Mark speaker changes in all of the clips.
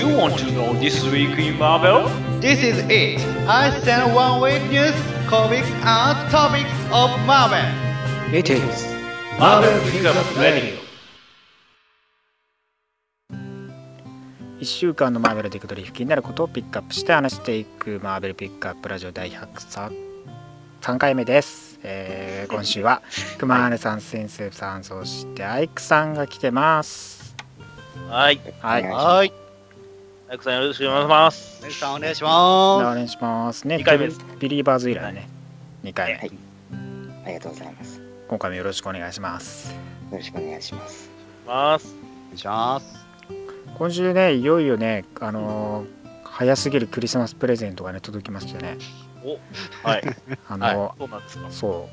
Speaker 1: want to know this week in Marvel?
Speaker 2: This is it. I send one week news, comics, and topics of Marvel.
Speaker 3: It is
Speaker 1: Marvel Pickup Radio.
Speaker 3: 1週間のマーベルでいく取り引きになることをピックアップして話していくマーベルピックアップラジオ第103回目です。今週は熊原さん、先生さん、そしてアイクさんが来てます。
Speaker 1: はい。
Speaker 3: はい。
Speaker 1: アイクさんよろしくお願いします。
Speaker 2: アイクさんお願いします。
Speaker 3: お願いしますね。
Speaker 1: 2回目です。
Speaker 3: ビリーバーズ以来ね、2回目、
Speaker 4: はい。ありがとうございます。
Speaker 3: 今回もよろしくお願いします。
Speaker 4: よろしくお願いします。
Speaker 2: お願いします。
Speaker 3: 今週ね、いよいよね、早すぎるクリスマスプレゼントがね届きましてね。
Speaker 1: お、はい。そうなんですか。
Speaker 3: そう、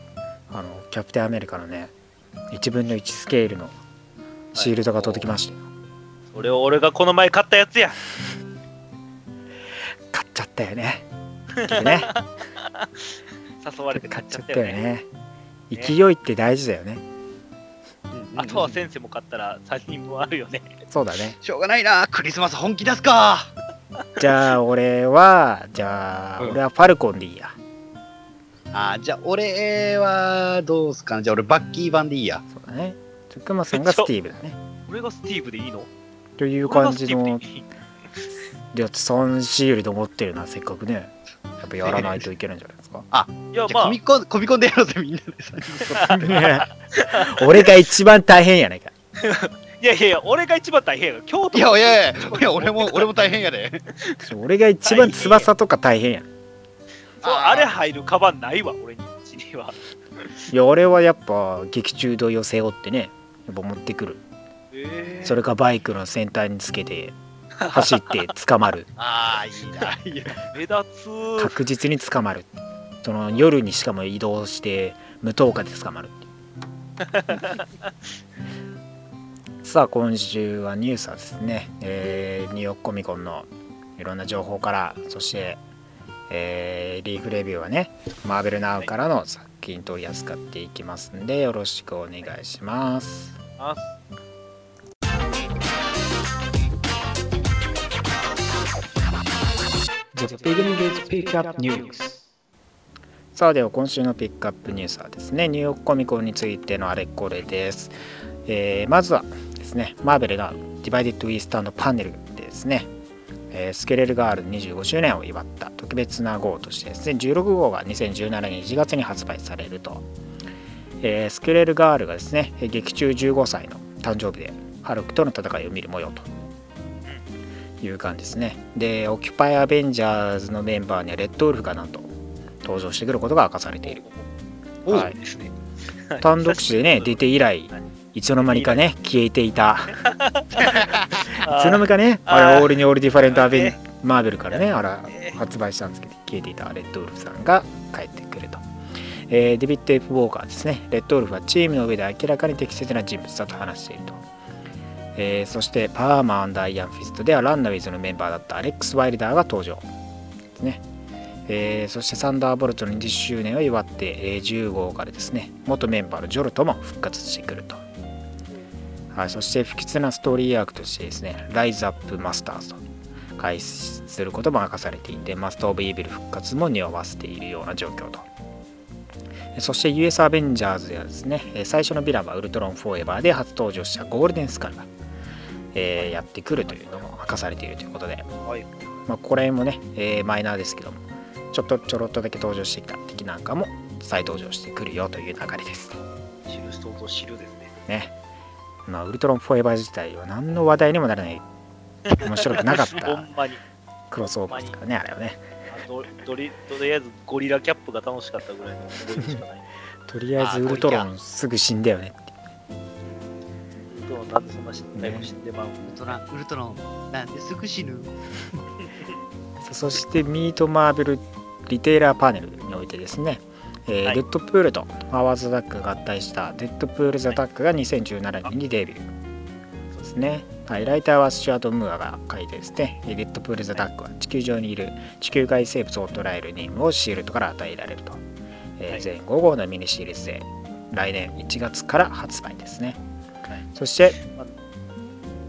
Speaker 3: キャプテンアメリカのね、1分の1スケールのシールドが届きましたよ。
Speaker 1: それを俺がこの前買ったやつや。
Speaker 3: 買っちゃったよね。ね
Speaker 1: 誘われて買っちゃったよね。
Speaker 3: 勢いって大事だよね。
Speaker 1: あとは先生も買ったら3人分あるよね。
Speaker 3: そうだね。
Speaker 2: しょうがないな、クリスマス本気出すか。
Speaker 3: じゃあ俺はファルコンでいいや。
Speaker 2: じゃあ俺はどうすかね。じゃあ俺バッキー版でいいや。
Speaker 3: そうだね。クマさんがスティーブだね。
Speaker 1: 俺がスティーブでいいの？
Speaker 3: という感じの。じゃあ3シールド持ってるな、せっかくね。やっぱやらないといけないんじゃないですか。
Speaker 1: いや、
Speaker 2: まあ、込み込んでやろうぜ、みんなで。
Speaker 3: 俺が一番大変やないか。
Speaker 1: いや、俺が一番大変やから、京都。
Speaker 2: いや、俺も大変やで。
Speaker 3: 俺が一番翼とか大変や。
Speaker 1: あれ入るカバンないわ、俺には。
Speaker 3: いや、俺はやっぱ劇中同様背負ってね、やっぱ持ってくる。それかバイクの先端につけて走って捕まる。
Speaker 2: いいな。
Speaker 1: 目立つ。
Speaker 3: 確実に捕まる。その夜にしかも移動して無灯火で捕まる。さあ今週はニュースはですね、ニューヨークコミコンのいろんな情報から、そして、リーフレビューはね、マーベルナウからの作品取り扱っていきますんで、よろしくお願いします。さあでは今週のピックアップニュースはですね、ニューヨークコミコンについてのあれこれです。まずはですね、マーベルがディバイデッド・ウィースタンドパネルでですね、スケレルガール25周年を祝った特別な号としてですね、16号が2017年1月に発売されると。スケレルガールがですね、劇中15歳の誕生日でハルクとの戦いを見る模様という感じですね。で、オキュパイアベンジャーズのメンバーにはレッドウルフがなんと登場してくることが明かされている。はい、単独誌でね出て以来、いつの間にかね消えていたいつの間にかね、あれオールにオールディファレントアベンマーベルからね発売したんですけど、消えていたレッドウルフさんが帰ってくると。デビッド・エフ・ウォーカーですね。レッドウルフはチームの上で明らかに適切な人物だと話していると。そしてパワーマン&アイアンフィストではランナウィズのメンバーだったアレックス・ワイルダーが登場ですね。そしてサンダーボルトの20周年を祝って、10号からですね、元メンバーのジョルトも復活してくると。はい、そして不吉なストーリーアークとしてですね、ライズアップマスターズと開始することも明かされていて、マスター・オブ・イービル復活も匂わせているような状況と。そして US アベンジャーズではですね、最初のヴィランはウルトロン・フォーエバーで初登場したゴールデンスカルが、やってくるというのも明かされているということで、これもね、マイナーですけども、ちょろっとだけ登場してきた敵なんかも再登場してくるよという流れです。
Speaker 1: 知る人ぞ知るです
Speaker 3: ね。ウルトロン・フォーエバー自体は何の話題にもならない、面白くなかったクロスオーバーですからね、あれはね。
Speaker 1: とりあえずゴリラキャップが楽しかったぐらいの思い出しかない。
Speaker 3: とりあえずウルトロンすぐ死んだよねって。
Speaker 1: ウルトロンなんでそんな死んでまう。
Speaker 2: ウルトロンなんですぐ死ぬ。
Speaker 3: そしてミートマーベルリテイラーパネルにおいてですね、デッドプールとパワーズ・ザ・タックが合体したデッドプール・ザ・タックが2017年にデビュー。そうですね。はい、ライターはスチュアート・ムーアが書いてですね、デッドプール・ザ・タックは地球上にいる地球外生物を捉える任務をシールドから与えられると。全5号のミニシリーズで来年1月から発売ですね。そして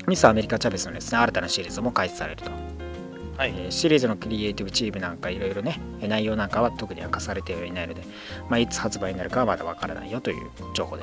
Speaker 3: ミス・アメリカ・チャベスのですね、新たなシリーズも開始されると。
Speaker 1: はい。
Speaker 3: シリーズのクリエイティブチームなんかいろいろね、内容なんかは特に明かされてはいないので、いつ発売になるかはまだわからないよという情報です。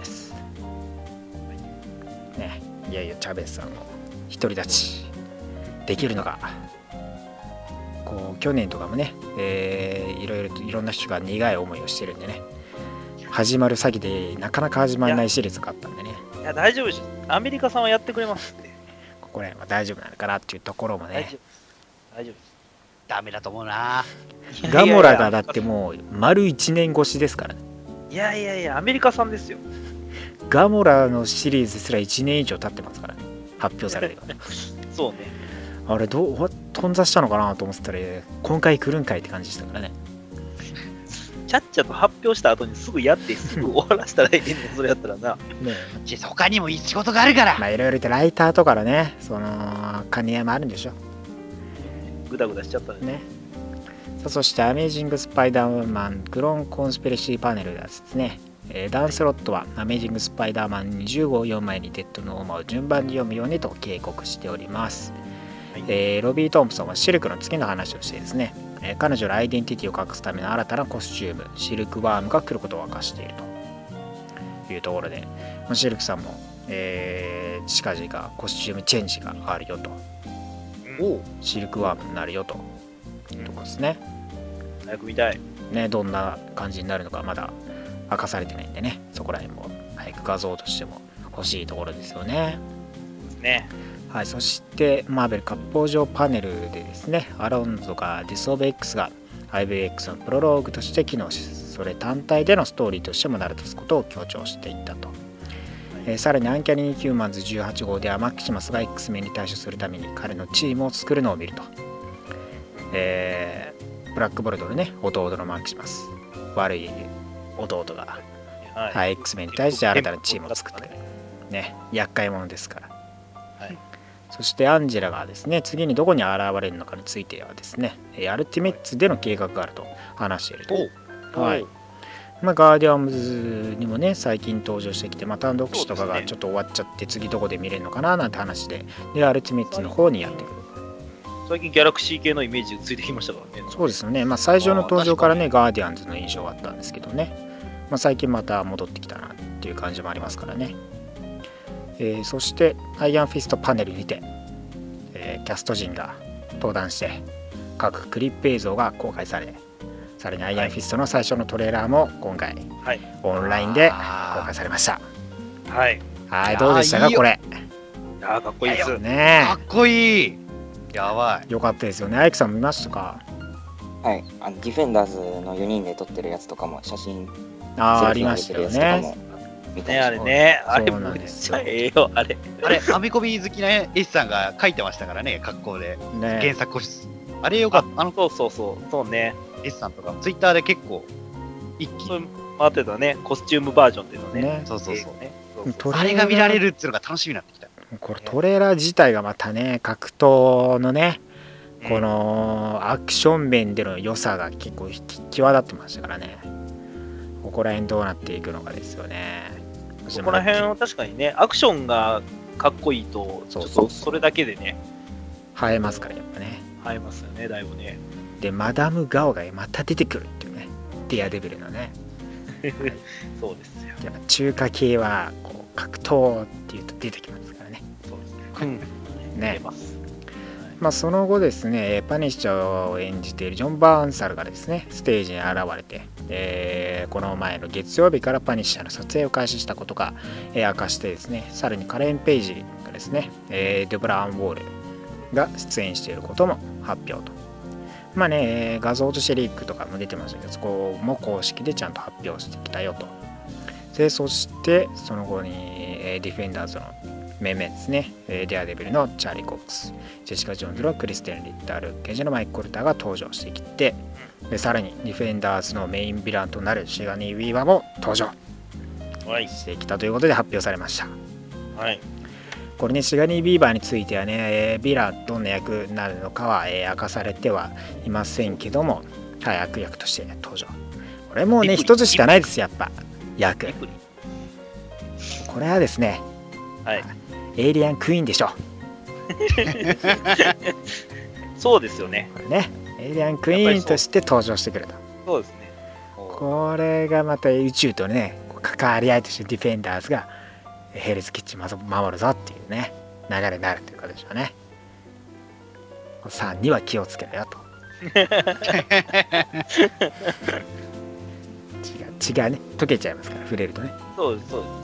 Speaker 3: ね、いやいや、チャベスさんも独り立ちできるのか。こう去年とかもね、いろんな人が苦い思いをしてるんでね、始まる先でなかなか始まらないシリーズがあったんでね。
Speaker 1: いや、大丈夫です。アメリカさんはやってくれますって。
Speaker 3: ここら辺は大丈夫なのかなっていうところもね。
Speaker 1: 大丈夫です。
Speaker 2: ダメだと思うな。
Speaker 3: ガモラがだってもう丸1年越しですからね。
Speaker 1: いやいやいや、アメリカさんですよ。
Speaker 3: ガモラのシリーズすら1年以上経ってますからね、発表されてから。
Speaker 1: そうね。
Speaker 3: あれ頓挫したのかなと思ってたら、今回来るんかいって感じでしたからね。
Speaker 1: ちゃっちゃと発表した後にすぐやってすぐ終わらせたらいいねんそれやったらな。
Speaker 3: ね
Speaker 2: 他にもいい仕事があるから。
Speaker 3: いろいろとライターとかのね、その兼ね合いもあるんでしょ。
Speaker 1: グダグダしちゃったね。
Speaker 3: さあ、そしてアメージングスパイダーマンクローンコンスピレシーパネルですね。ダンスロットはアメージングスパイダーマン20号を読む前にデッドのオーマを順番に読むようにと警告しております。ロビー・トンプソンはシルクの次の話をしてですね、彼女のアイデンティティを隠すための新たなコスチュームシルクワームが来ることを明かしているというところで、シルクさんも、近々コスチュームチェンジがあるよと、シルクワームになるよというところですね。
Speaker 1: 早く見たい
Speaker 3: ね。どんな感じになるのかまだ明かされてないんでね、そこら辺も早く画像としても欲しいところですよね。はい、そしてマーベル割烹上パネルでですね、アロンゾがディス・オブ X が IVX のプロローグとして機能し、それ単体でのストーリーとしても成り立つことを強調していったと。さらにアンキャニー・ヒューマンズ18号ではマキシマスが X メンに対処するために彼のチームを作るのを見ると。ブラックボルトのね、弟のマキシマス、悪い弟が、X メンに対して新たなチームを作ってね、厄介者ですから。そしてアンジェラがですね、次にどこに現れるのかについてはですね、アルティメッツでの計画があると話していると。はい。ガーディアムズにもね、最近登場してきて、単独誌とかがちょっと終わっちゃって、次どこで見れるのかななんて話で、アルティメッツの方にやってくる。
Speaker 1: 最近ギャラクシー系のイメージついてきましたからね。
Speaker 3: そうですよね。最初の登場からね、ガーディアンズの印象があったんですけどね、最近また戻ってきたなっていう感じもありますからね。そしてアイアンフィストパネルにて、キャスト陣が登壇して各クリップ映像が公開され、さらにアイアンフィストの最初のトレーラーも今回、オンラインで公開されました。はい、どうでしたかこれ。
Speaker 1: かっこいいです
Speaker 3: ね。
Speaker 2: かっこいい。やばい。
Speaker 3: よかったですよね。アイクさん見ましたか。
Speaker 4: はい、ディフェンダーズの4人で撮ってるやつとかも写真
Speaker 3: ありましたよね。
Speaker 1: あれね、あれ
Speaker 3: そうなんですよ。
Speaker 1: あれ
Speaker 2: 編み込み好きなエスさんが書いてましたからね、格好で、原作個室。あれよかった。
Speaker 1: そうね。
Speaker 2: エスさんとかツイッターで結構一気に
Speaker 1: 回ってたね、コスチュームバージョンっていうのね。
Speaker 2: あれが見られるっていうのが楽しみになってきた。
Speaker 3: これトレーラー自体がまたね、格闘のね、このアクション面での良さが結構際立ってましたからね。ここら辺どうなっていくのかですよね。
Speaker 1: ここら辺は確かにね、アクションがかっこいいと、ちょっとそれだけでね、
Speaker 3: 映えますから、やっぱね。
Speaker 1: 映えますよね、だいぶね。
Speaker 3: で、マダム・ガオがまた出てくるっていうね、デアデビルのね。
Speaker 1: そうですよ。
Speaker 3: やっぱ中華系はこう格闘っていうと出てきますからね。
Speaker 1: そうですね。
Speaker 3: ね。その後ですね、パニッシャーを演じているジョン・バーンサルがですね、ステージに現れて、この前の月曜日からパニッシャーの撮影を開始したことが、明かしてですね、さらにカレン・ペイジがですね、デブラ・アン・ウォールが出演していることも発表と。画像としてリークとかも出てましたけど、そこも公式でちゃんと発表してきたよと。で、そしてその後に、ディフェンダーズの面々ですね、デアデビルのチャーリー・コックス、ジェシカ・ジョーンズのクリステン・リッタール、ケージのマイク・コルターが登場してきて、でさらにディフェンダーズのメインヴィランとなるシガニー・ウィーバーも登場してきたということで発表されました。
Speaker 1: はい。
Speaker 3: これね、シガニー・ビーバーについてはね、ヴィランどんな役になるのかは、明かされてはいませんけども、悪役として登場。これもうね、一つしかないです、やっぱ役。これはですね、エイリアン・クイーンでしょ。
Speaker 1: そうですよね。
Speaker 3: これね、エイリアンクイーンとして登場してくると。
Speaker 1: そうですね。
Speaker 3: これがまた宇宙とね、関わり合いとしてディフェンダーズがヘルズキッチン守るぞっていうね、流れになるということでしょうね。3には気をつけろよと。血がね、溶けちゃいますから、触れるとね。
Speaker 1: そうです、そうです。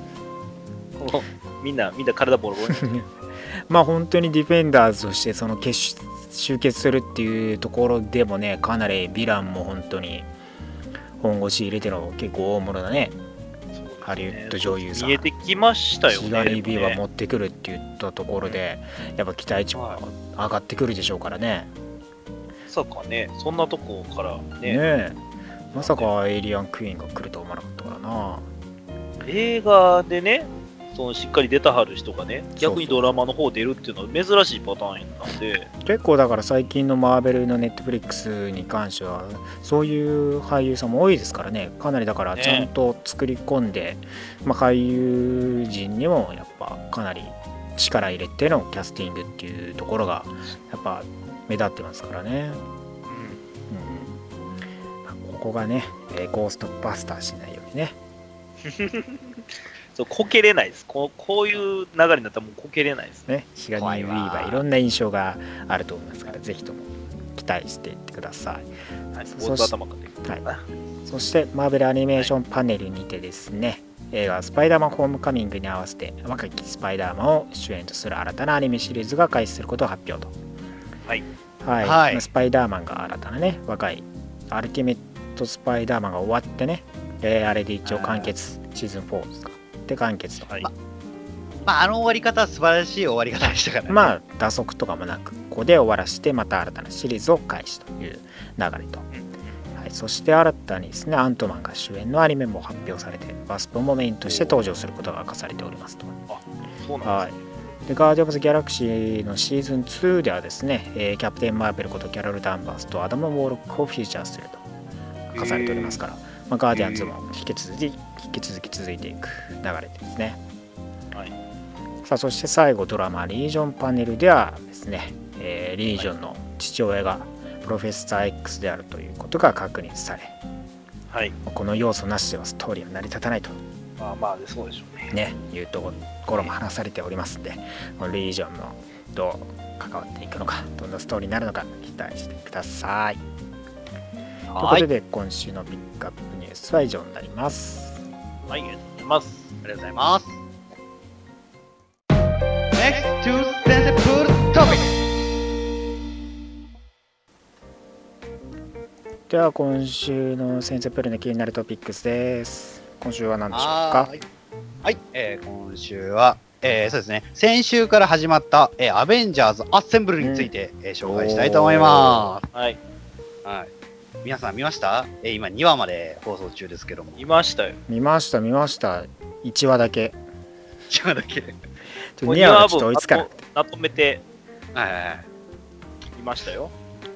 Speaker 1: みんな体ボロボロに。
Speaker 3: まあ本当にディフェンダーズとしてその集結するっていうところでもね、かなりヴィランも本当に本腰入れての結構大物なね、ハリウッド女優さん、
Speaker 1: 見えてきましたよね。
Speaker 3: シガニー・ビーは持ってくるって言ったところで、やっぱ期待値も上がってくるでしょうからね。
Speaker 1: まさかね、そんなとこからね。
Speaker 3: ねえ、まさかエイリアン・クイーンが来るとは思わなかったからな。
Speaker 1: 映画でね、そのしっかり出たはる人がね、
Speaker 3: そう
Speaker 1: 逆にドラマの方出るっていうのは珍しいパターンなんで、
Speaker 3: 結構だから最近のマーベルのネットフリックスに関してはそういう俳優さんも多いですからね。かなりだからちゃんと作り込んで、まあ、俳優陣にもやっぱかなり力入れてのキャスティングっていうところがやっぱ目立ってますからね。ここがね、ゴーストバスターしないようにね。
Speaker 1: そうこけれないです。こういう流れになったらもうこけれないですね。
Speaker 3: シガニー・ウィーバーいろんな印象があると思いますから、ぜひとも期待していってください。
Speaker 1: はい、
Speaker 3: そしてマーベルアニメーションパネルにてですね、映画スパイダーマンホームカミングに合わせて若きスパイダーマンを主演とする新たなアニメシリーズが開始することを発表と。はい、スパイダーマンが新たなね、若いアルティメットスパイダーマンが終わってね、あれで一応完結、シーズン4ですかで完結と。
Speaker 2: まあ終わり方は素晴らしい終わり方でしたからね。
Speaker 3: まあ打足とかもなく、ここで終わらしてまた新たなシリーズを開始という流れと、はい、そして新たにですね、アントマンが主演のアニメも発表されて、ワスプもメインとして登場することが明かされておりますと。
Speaker 1: そうなんですね。
Speaker 3: でガーディアンズ・ギャラクシーのシーズン2ではですね、キャプテン・マーベルことキャロル・ダンバースとアダム・ウォーロックをフィーチャーすると明かされておりますから、まあ、ガーディアンズも引き続き続いていく流れですね。さあそして最後ドラマリージョンパネルではですね、リージョンの父親がプロフェッサー X であるということが確認され、この要素なしではストーリーは成り立たないと、
Speaker 1: そうでしょうね。
Speaker 3: いうところも話されておりますので、リージョンのどう関わっていくのか、どんなストーリーになるのか期待してください。ということで今週のピックアップニュースは以上になります。
Speaker 1: はい、ありがとうございます。
Speaker 2: ありがとうございます。Next to sensible topic。
Speaker 3: では今週のセンセプールの気になるトピックスです。今週は何でしょうか。
Speaker 2: はい、今週は、そうですね、先週から始まった、アベンジャーズアッセンブルについて、紹介したいと思います。はい。皆さん見ました？今2話まで放送中ですけども。
Speaker 1: 見ましたよ。
Speaker 3: 見ました。1話だけ。
Speaker 2: 1話だけ。
Speaker 3: 2話はちょっと追いつかなくて。
Speaker 1: まとめて、見ましたよ。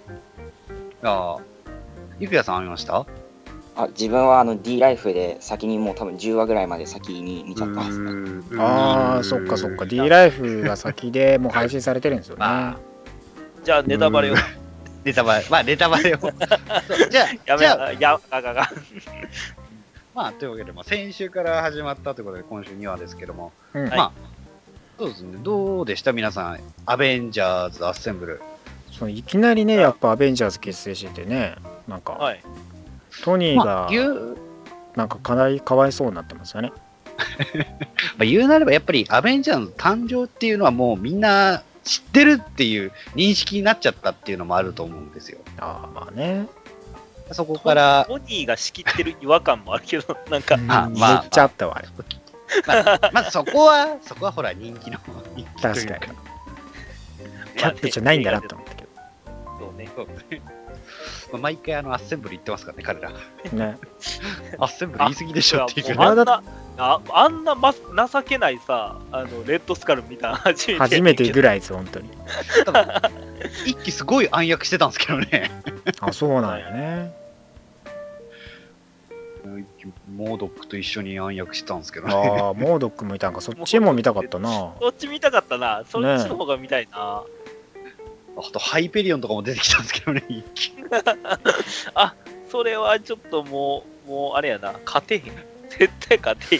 Speaker 2: ゆくやさん見ました？
Speaker 4: 自分はD ライフで先にもう多分10話ぐらいまで先に見ちゃったんですね。
Speaker 3: そっか D ライフが先でもう配信されてるんですよね。
Speaker 1: じゃあネタバレを。
Speaker 2: ネタバレを。じゃあまあというわけで、先週から始まったということで今週2話ですけども、そうですね、どうでした皆さん、アベンジャーズアッセンブル。
Speaker 3: いきなりね、やっぱアベンジャーズ結成しててね、なんか、トニーがなんかかなりかわいそうになってますよね。
Speaker 2: 言うなればやっぱりアベンジャーズの誕生っていうのはもうみんな知ってるっていう認識になっちゃったっていうのもあると思うんですよ。
Speaker 3: まあね。
Speaker 2: そこから
Speaker 1: トニーが仕切ってる違和感もあるけど、なんか
Speaker 3: 言っちゃったわあれ。
Speaker 2: まずそこはほら人気の
Speaker 3: 確かに。キャップじゃないんだなと思ったけど。
Speaker 1: そうね。
Speaker 2: 毎回アッセンブル言ってますからね、彼ら。
Speaker 3: ね。
Speaker 2: アッセンブル言い過ぎでしょっていう
Speaker 1: あんな情けないさ、レッドスカルみたいな
Speaker 3: 初めてぐらいです、本当に。
Speaker 2: 一気すごい暗躍してたんですけどね。
Speaker 3: そうなんよね。
Speaker 2: モードックと一緒に暗躍してたんですけど
Speaker 3: ね。ああ、モードックもいたんか、そっちも見たかったな。
Speaker 1: そっち見たかったな。そっちの方が見たいな。
Speaker 2: あと、ハイペリオンとかも出てきたんですけどね、
Speaker 1: あ、それはちょっともうあれやな、勝てへん。絶対勝てへん。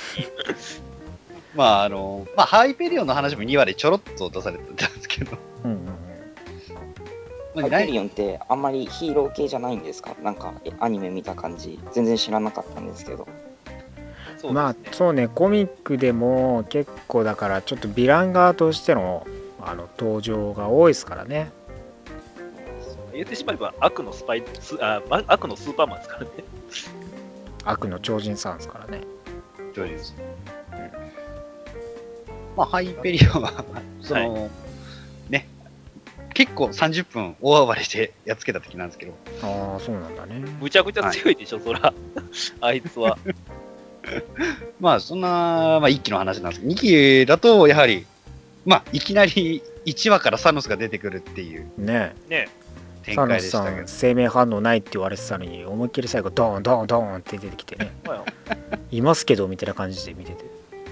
Speaker 2: ハイペリオンの話も2話でちょろっと出されてたんですけど。
Speaker 4: ハイペリオンってあんまりヒーロー系じゃないんですか？なんかアニメ見た感じ、全然知らなかったんですけど。
Speaker 3: まあそうね、コミックでも結構だからちょっとヴィラン側としての登場が多いですからね。
Speaker 1: 言ってしまえば悪のスーパーマンですからね。
Speaker 3: 悪の超人さんですからね。
Speaker 2: 超人です。ハイペリオンはね、結構30分大暴れしてやっつけた時なんですけど。
Speaker 3: ああ、そうなんだね。
Speaker 1: むちゃくちゃ強いでしょ、そら。あいつは。
Speaker 2: そんな、1期の話なんですけど、2期だとやはり、いきなり1話からサノスが出てくるっていう。
Speaker 3: ね
Speaker 1: え。
Speaker 2: 展開でしたけど。
Speaker 3: サノスさん生命反応ないって言われてたのに、思いっきり最後ドーンドーンドーンって出てきてね。いますけどみたいな感じで見てて。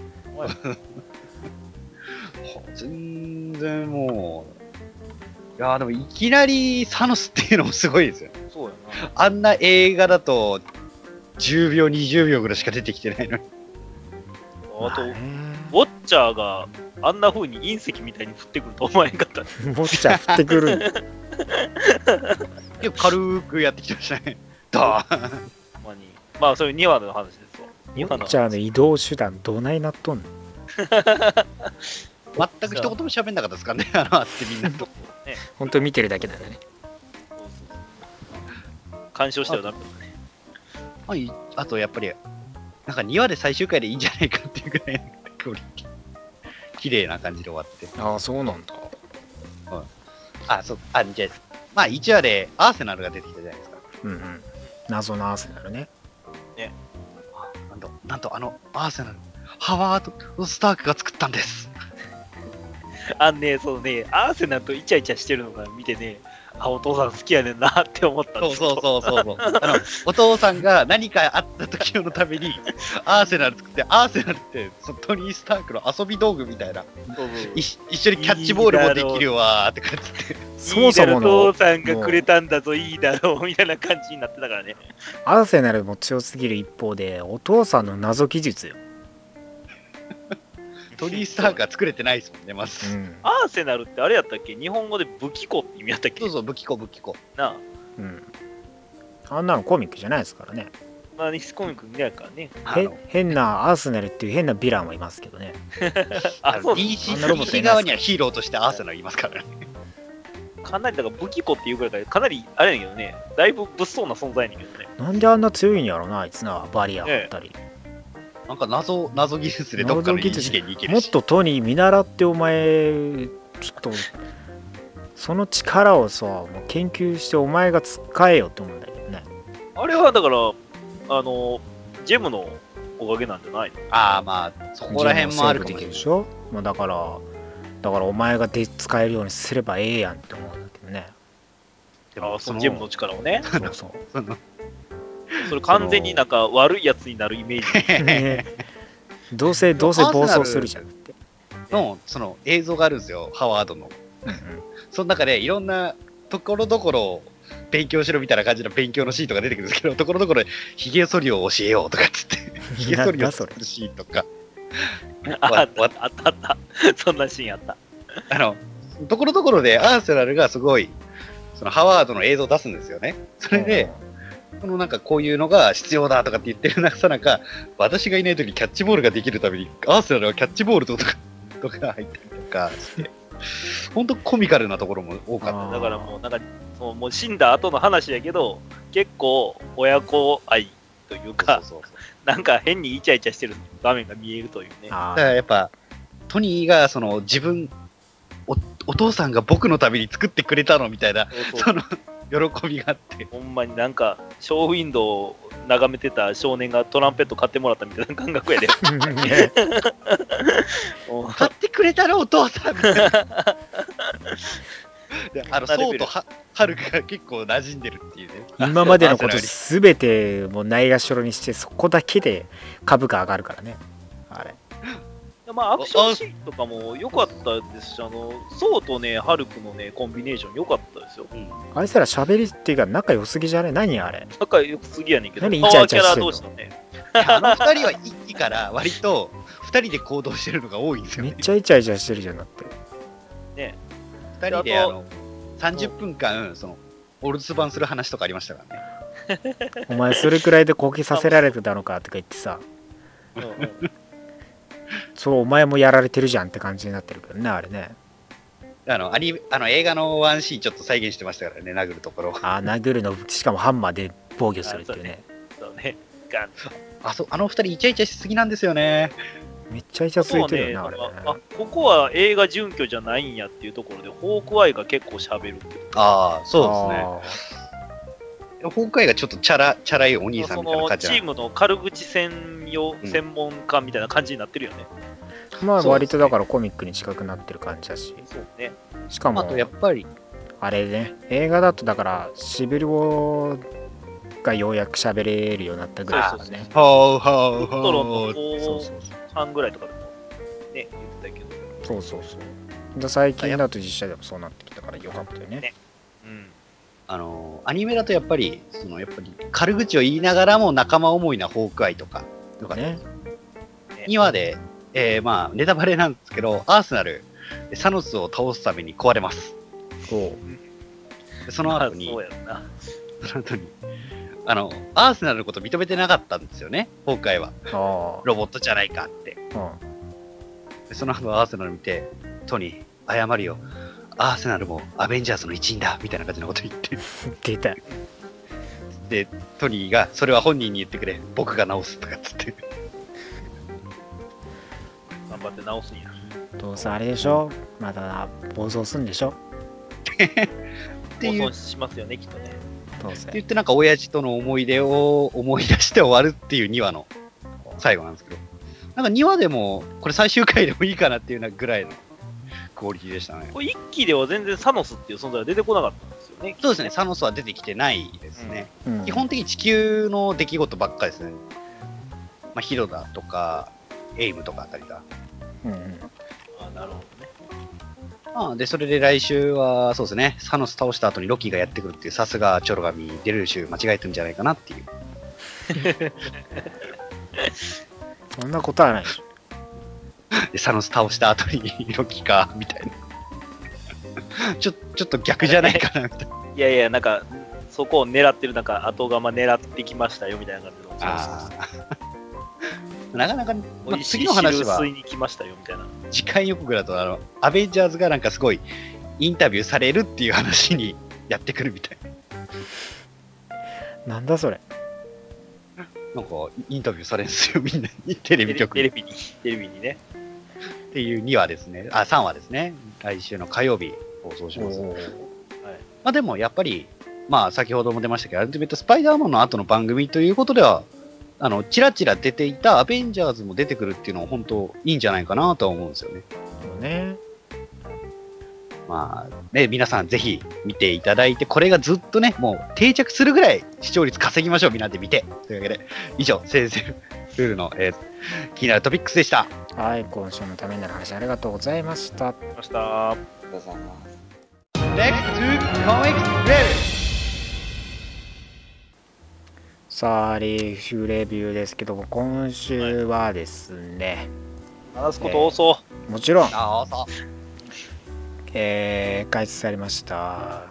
Speaker 2: 全然もう、いやでもいきなりサノスっていうのもすごいですよ。
Speaker 1: そうやな。
Speaker 2: あんな映画だと10秒20秒ぐらいしか出てきてないのに。
Speaker 1: あと、ウォッチャーがあんな風に隕石みたいに降ってくると思わへんかった。
Speaker 3: ウォッチャー降ってくるんだ。
Speaker 2: 結構軽くやってきてましたね。ドーン。
Speaker 1: そういう2話の話ですわ。
Speaker 3: ウォッチャーの移動手段どないなっとんの？
Speaker 2: 全く一言も喋んなかったですかね、ってみんなと。
Speaker 3: 本当に見てるだけだね。
Speaker 1: 干渉してはダメだね。
Speaker 2: あとやっぱり、なんか2話で最終回でいいんじゃないかっていうぐらいの綺麗な感じで終わって。
Speaker 3: ああ、そうなんだ。
Speaker 2: じゃあ、1話でアーセナルが出てきたじゃないですか。
Speaker 3: 謎のアーセナルね。
Speaker 2: なんとアーセナル、ハワード・スタークが作ったんです。
Speaker 1: アーセナルとイチャイチャしてるのが見てね、お父さん好きやねんなって思ったんです。
Speaker 2: そう。お父さんが何かあった時のためにアーセナル作って、アーセナルってトニー・スタークの遊び道具みたいな。一緒にキャッチボールもできるわーって感じで。
Speaker 3: そもそもの
Speaker 1: お父さんがくれたんだぞ、いいだろうみたいな感じになってたからね。
Speaker 3: アーセナルも強すぎる一方で、お父さんの謎技術よ。
Speaker 2: トニー・スタークは作れてないですもんね、まず。
Speaker 1: アーセナルってあれやったっけ？日本語で武器庫って意味やったっけ？
Speaker 2: そう、武器庫。
Speaker 1: なあ。
Speaker 3: あんなのコミックじゃないですからね。
Speaker 1: コミック見ないからね。
Speaker 3: 変なアーセナルっていう変なヴィランはいますけどね。
Speaker 2: DC 側にはヒーローとしてアーセナルいますからね。
Speaker 1: かなりだから武器庫っていうぐらいからかなりあれやねんけどね、だいぶ物騒な存在やねんけどね。
Speaker 3: なんであんな強いんやろな、あいつな、バリアあったり。
Speaker 2: なんか謎技術でどっかの異次元に行けるし。
Speaker 3: もっとトニー見習ってお前ちょっとその力をさもう研究してお前が使えよって思うんだけどね。
Speaker 1: あれはだからジェムのおかげなんじゃないの？
Speaker 2: そこら辺もあるかもしれないで
Speaker 3: しょ。だからお前が使えるようにすればええやんって思うんだけどね。
Speaker 1: でもそのジェムの力をね。
Speaker 3: そう
Speaker 1: それ完全になんか悪いやつになるイメージ。
Speaker 3: どうせ暴走するじゃんって。
Speaker 2: その映像があるんですよ、ハワードの。その中でいろんなところどころ勉強しろみたいな感じの勉強のシートが出てくるんですけど、ところどころヒゲ剃りを教えようとかっつって、ヒゲ剃りをするシーンとか。
Speaker 1: あった。そんなシーンあった。
Speaker 2: ところどころでアーセナルがすごい、そのハワードの映像を出すんですよね。それで、なんかこういうのが必要だとかって言ってるさなか、私がいないときにキャッチボールができるために、アーセナルはキャッチボールとか入ったりとかして、本当コミカルなところも多かった。
Speaker 1: だからもう死んだ後の話やけど、結構親子愛というか、なんか変にイチャイチャしてる場面が見えるというね。
Speaker 2: だからやっぱ、トニーがお父さんが僕のために作ってくれたのみたいな、喜びがあって。
Speaker 1: ほんまになんか、ショーウィンドウを眺めてた少年がトランペット買ってもらったみたいな感覚やで。
Speaker 2: 買ってくれたらお父さんみたいな。でソハルクが結構馴染んでるっていうね。
Speaker 3: 今までのことすべてもうないがしろにして、そこだけで株価上がるからね。あれ。
Speaker 1: まあ、アクションシーンとかも良かったですし、ソウとね、ハルクのね、コンビネーション良かったですよ。
Speaker 3: あいつら喋りっていうか、仲良すぎじゃね？何あれ？
Speaker 1: 仲良すぎやねんけど、
Speaker 3: 何イチャイチャしてんの？
Speaker 1: パワーキャラ同士のね。
Speaker 2: あの二人は一気から割と二人で行動してるのが多いんですよね。
Speaker 3: めっちゃイチャイチャしてるじゃん、だって。
Speaker 1: ね。
Speaker 2: 二人で30分間、お留守番する話とかありましたからね。
Speaker 3: お前それくらいでこきさせられてたのかとか言ってさ、そうお前もやられてるじゃんって感じになってるけどね、あれね。
Speaker 2: 映画のワンシーンちょっと再現してましたからね、殴るところ。
Speaker 3: 殴るの、しかもハンマーで防御するっていうね。
Speaker 1: そうね。ガン。
Speaker 2: あの二人イチャイチャしすぎなんですよね。
Speaker 3: めっちゃイチャついてるよね、あれね。
Speaker 1: ここは映画準拠じゃないんやっていうところで、ホークアイが結構喋るっていう。
Speaker 2: ああ、そうですね。ホークアイがちょっとチャラいお兄さんみたいな感じ。
Speaker 1: チームの軽口専門家みたいな感じになってるよね。
Speaker 3: まあ割とだからコミックに近くなってる感じだし。
Speaker 1: そうね。
Speaker 3: しかも、
Speaker 2: あとやっぱり
Speaker 3: あれね、映画だとだからシビル語がようやく喋れるようになったぐらいだからね。
Speaker 2: ほうほうほう。
Speaker 1: トロの3ぐらいとかでもね、言ってたけど。
Speaker 3: そう。最近だと実写でもそうなってきたからよかったよね。
Speaker 2: アニメだとやっぱり軽口を言いながらも仲間思いなホークアイとかね。2話で、まあネタバレなんですけど、アーセナルサノスを倒すために壊れます。その後にアーセナルのこと認めてなかったんですよね、ホークアイは。ロボットじゃないかって。その後アーセナル見て、トニー謝るよ。アーセナルもアベンジャーズの一員だみたいな感じのこと言って
Speaker 3: 出た。
Speaker 2: でトニーがそれは本人に言ってくれ、僕が直すとかっつって
Speaker 1: 頑張って直すんや。
Speaker 3: どうせあれでしょ、また暴走すんでしょ
Speaker 2: っていう
Speaker 1: 暴走しますよね、きっとね。
Speaker 3: どうせ
Speaker 2: って言ってなんか親父との思い出を思い出して終わるっていう2話の最後なんですけど、なんか2話でもこれ最終回でもいいかなっていうぐらいのクオリティでしたね。
Speaker 1: これ1期では全然サノスっていう存在は出てこなかったんですよね。
Speaker 2: そうですね、サノスは出てきてないですね。基本的に地球の出来事ばっかりですね。まあ、ヒロダとかエイムとかあたりだ。
Speaker 1: なるほどね。
Speaker 2: で、それで来週はそうですね、サノス倒した後にロキがやってくるっていう、さすがチョロガミ出る週間違えてるんじゃないかなっていう。
Speaker 3: そんなことはないでしょ。
Speaker 2: でサノス倒した後にロキかみたいなちょっと逆じゃないかなみたいな。
Speaker 1: いやなんかそこを狙ってる、なんか後釜狙ってきましたよみたいな感じの。なかなか、
Speaker 2: 次の話は
Speaker 1: に来ましたよみたいな。
Speaker 2: 次回予告だとアベンジャーズがなんかすごいインタビューされるっていう話にやってくるみたい
Speaker 3: な。なんだそれ。
Speaker 2: なんかインタビューされるんですよ、みんなに。テレビ局
Speaker 1: にね。
Speaker 2: っていう2話ですね。3話ですね。来週の火曜日放送します。まあでもやっぱり、まあ先ほども出ましたけど、アルティメットスパイダーマンの後の番組ということでは、チラチラ出ていたアベンジャーズも出てくるっていうのは本当いいんじゃないかなとは思うんですよね。まあね、皆さんぜひ見ていただいて、これがずっとね、もう定着するぐらい視聴率稼ぎましょう、みんなで見て。というわけで、以上、先生ルールの、気になるトピックスでした。
Speaker 3: はい、今週のためになる話ありがとうございました。
Speaker 1: ありがとうございます。
Speaker 2: Next to Comics Review。
Speaker 3: さあ、リーフレビューですけども、今週はですね、
Speaker 1: 話すこと多そう。
Speaker 3: もちろん。
Speaker 2: 多そう。
Speaker 3: 開催されました、
Speaker 1: はい、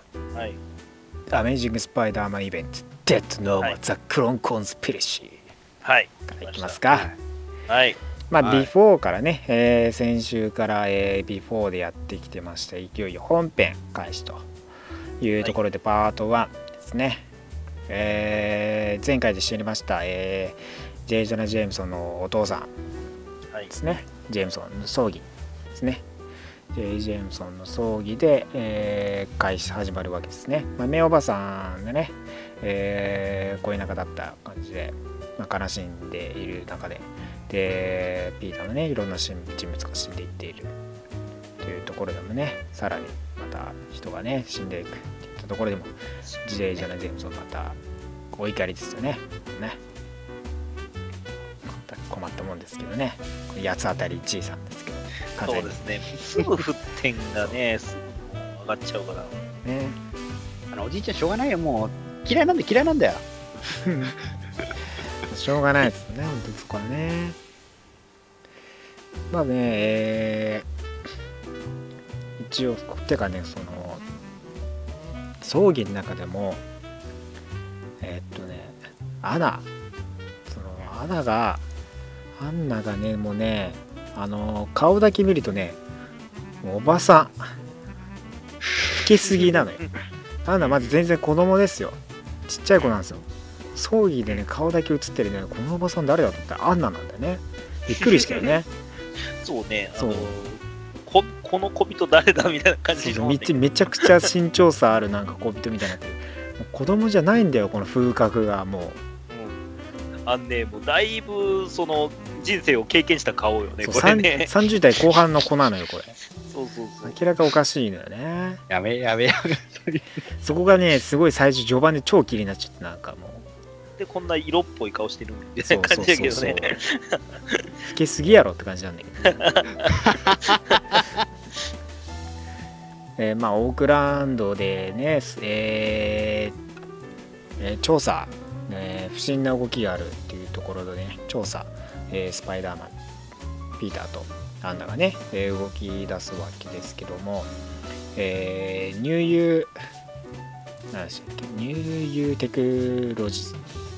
Speaker 3: アメージングスパイダーマンイベント Dead Nova The Clone Conspiracy からいきますか。
Speaker 1: はい。
Speaker 3: まあ、ビフォーからね、先週から、ビフォーでやってきてました。いよいよ本編開始というところで、パート1ですね。前回で知りました、ジェイ・ジョナ・ジェームソンのお父さんですね。ジェームソンの葬儀ですね。ジェイ・ジェームソンの葬儀で、始まるわけですね。まあ、メイおばさんでね、恋仲だった感じで、まあ、悲しんでいる中で、ピーターのね、いろんな人物が死んでいっているというところでもね、さらにまた人がね、死んでいくっていうったところでもジェイ・ジョナ・ジェームズはまたお怒りですよね。困ったもんですけどね。八つ当たり1位さんですけど。
Speaker 1: そうですね。すぐ沸点がね、すぐ上がっちゃうから。
Speaker 2: ね。おじいちゃんしょうがないよ、もう嫌いなんだよ。
Speaker 3: しょうがないですよね、本当にそこはね。まあね、一応てかね、その葬儀の中でもアナがね、もうね、顔だけ見るとね、おばさん老けすぎなのよ。アンナまず全然子供ですよ。ちっちゃい子なんですよ。葬儀でね、顔だけ映ってるね、このおばさん誰だと思ったらアンナなんだよね。びっくりしたよね。
Speaker 1: そうね、この小人誰だみたいな感じの、ね、
Speaker 3: めちゃくちゃ身長差あるなんか小人みたいになってる。子供じゃないんだよ、この風格がもう。
Speaker 1: もうだいぶその人生を経験した顔よね、これね。
Speaker 3: 30代後半の子なのよ、これ。
Speaker 1: そう。
Speaker 3: 明らかおかしいのよね。
Speaker 2: やめ。
Speaker 3: そこがね、すごい最初序盤で超気になっちゃって、なんかもう。
Speaker 1: で、こんな色っぽい顔してるみたいな感じだけどね。
Speaker 3: 老けすぎやろって感じなんだけど。まあ、オークランドでね、調査、不審な動きがあるっていうところでね、調査、スパイダーマン、ピーターとアンナがね、動き出すわけですけども、ニューユーテクロジー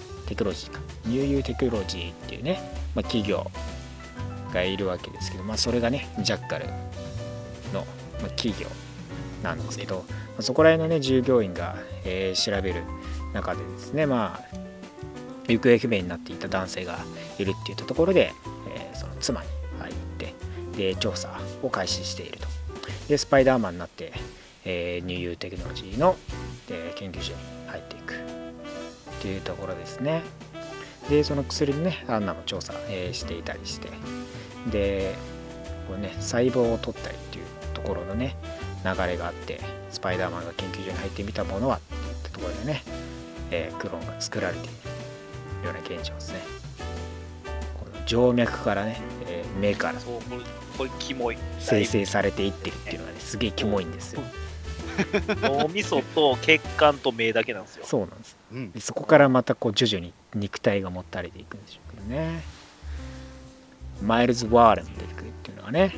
Speaker 3: っていうね、まあ、企業がいるわけですけど、まあ、それがね、ジャッカルの、まあ、企業なんですけど、まあ、そこら辺のね、従業員が、調べる中でですね、まあ、行方不明になっていた男性がいるっていったところで、その妻に入ってで調査を開始していると。でスパイダーマンになって、ニューユーテクノロジーの、研究所に入っていくっていうところですね。でその薬のねアンナも調査、していたりして、でこれね細胞を取ったりっていうところのね流れがあって、スパイダーマンが研究所に入ってみたものはっていったところでね、クローンが作られているような現象ですね。この静脈からね、目から
Speaker 1: これキモい
Speaker 3: 生成されていってるっていうのはねすげえキモいんですよ。
Speaker 1: 脳みそと血管と目だけなんですよ。
Speaker 3: そうなんです、でそこからまたこう徐々に肉体が持たれていくんでしょうけどね。マイルズ・ワーレン出てくるっていうのはね、はい、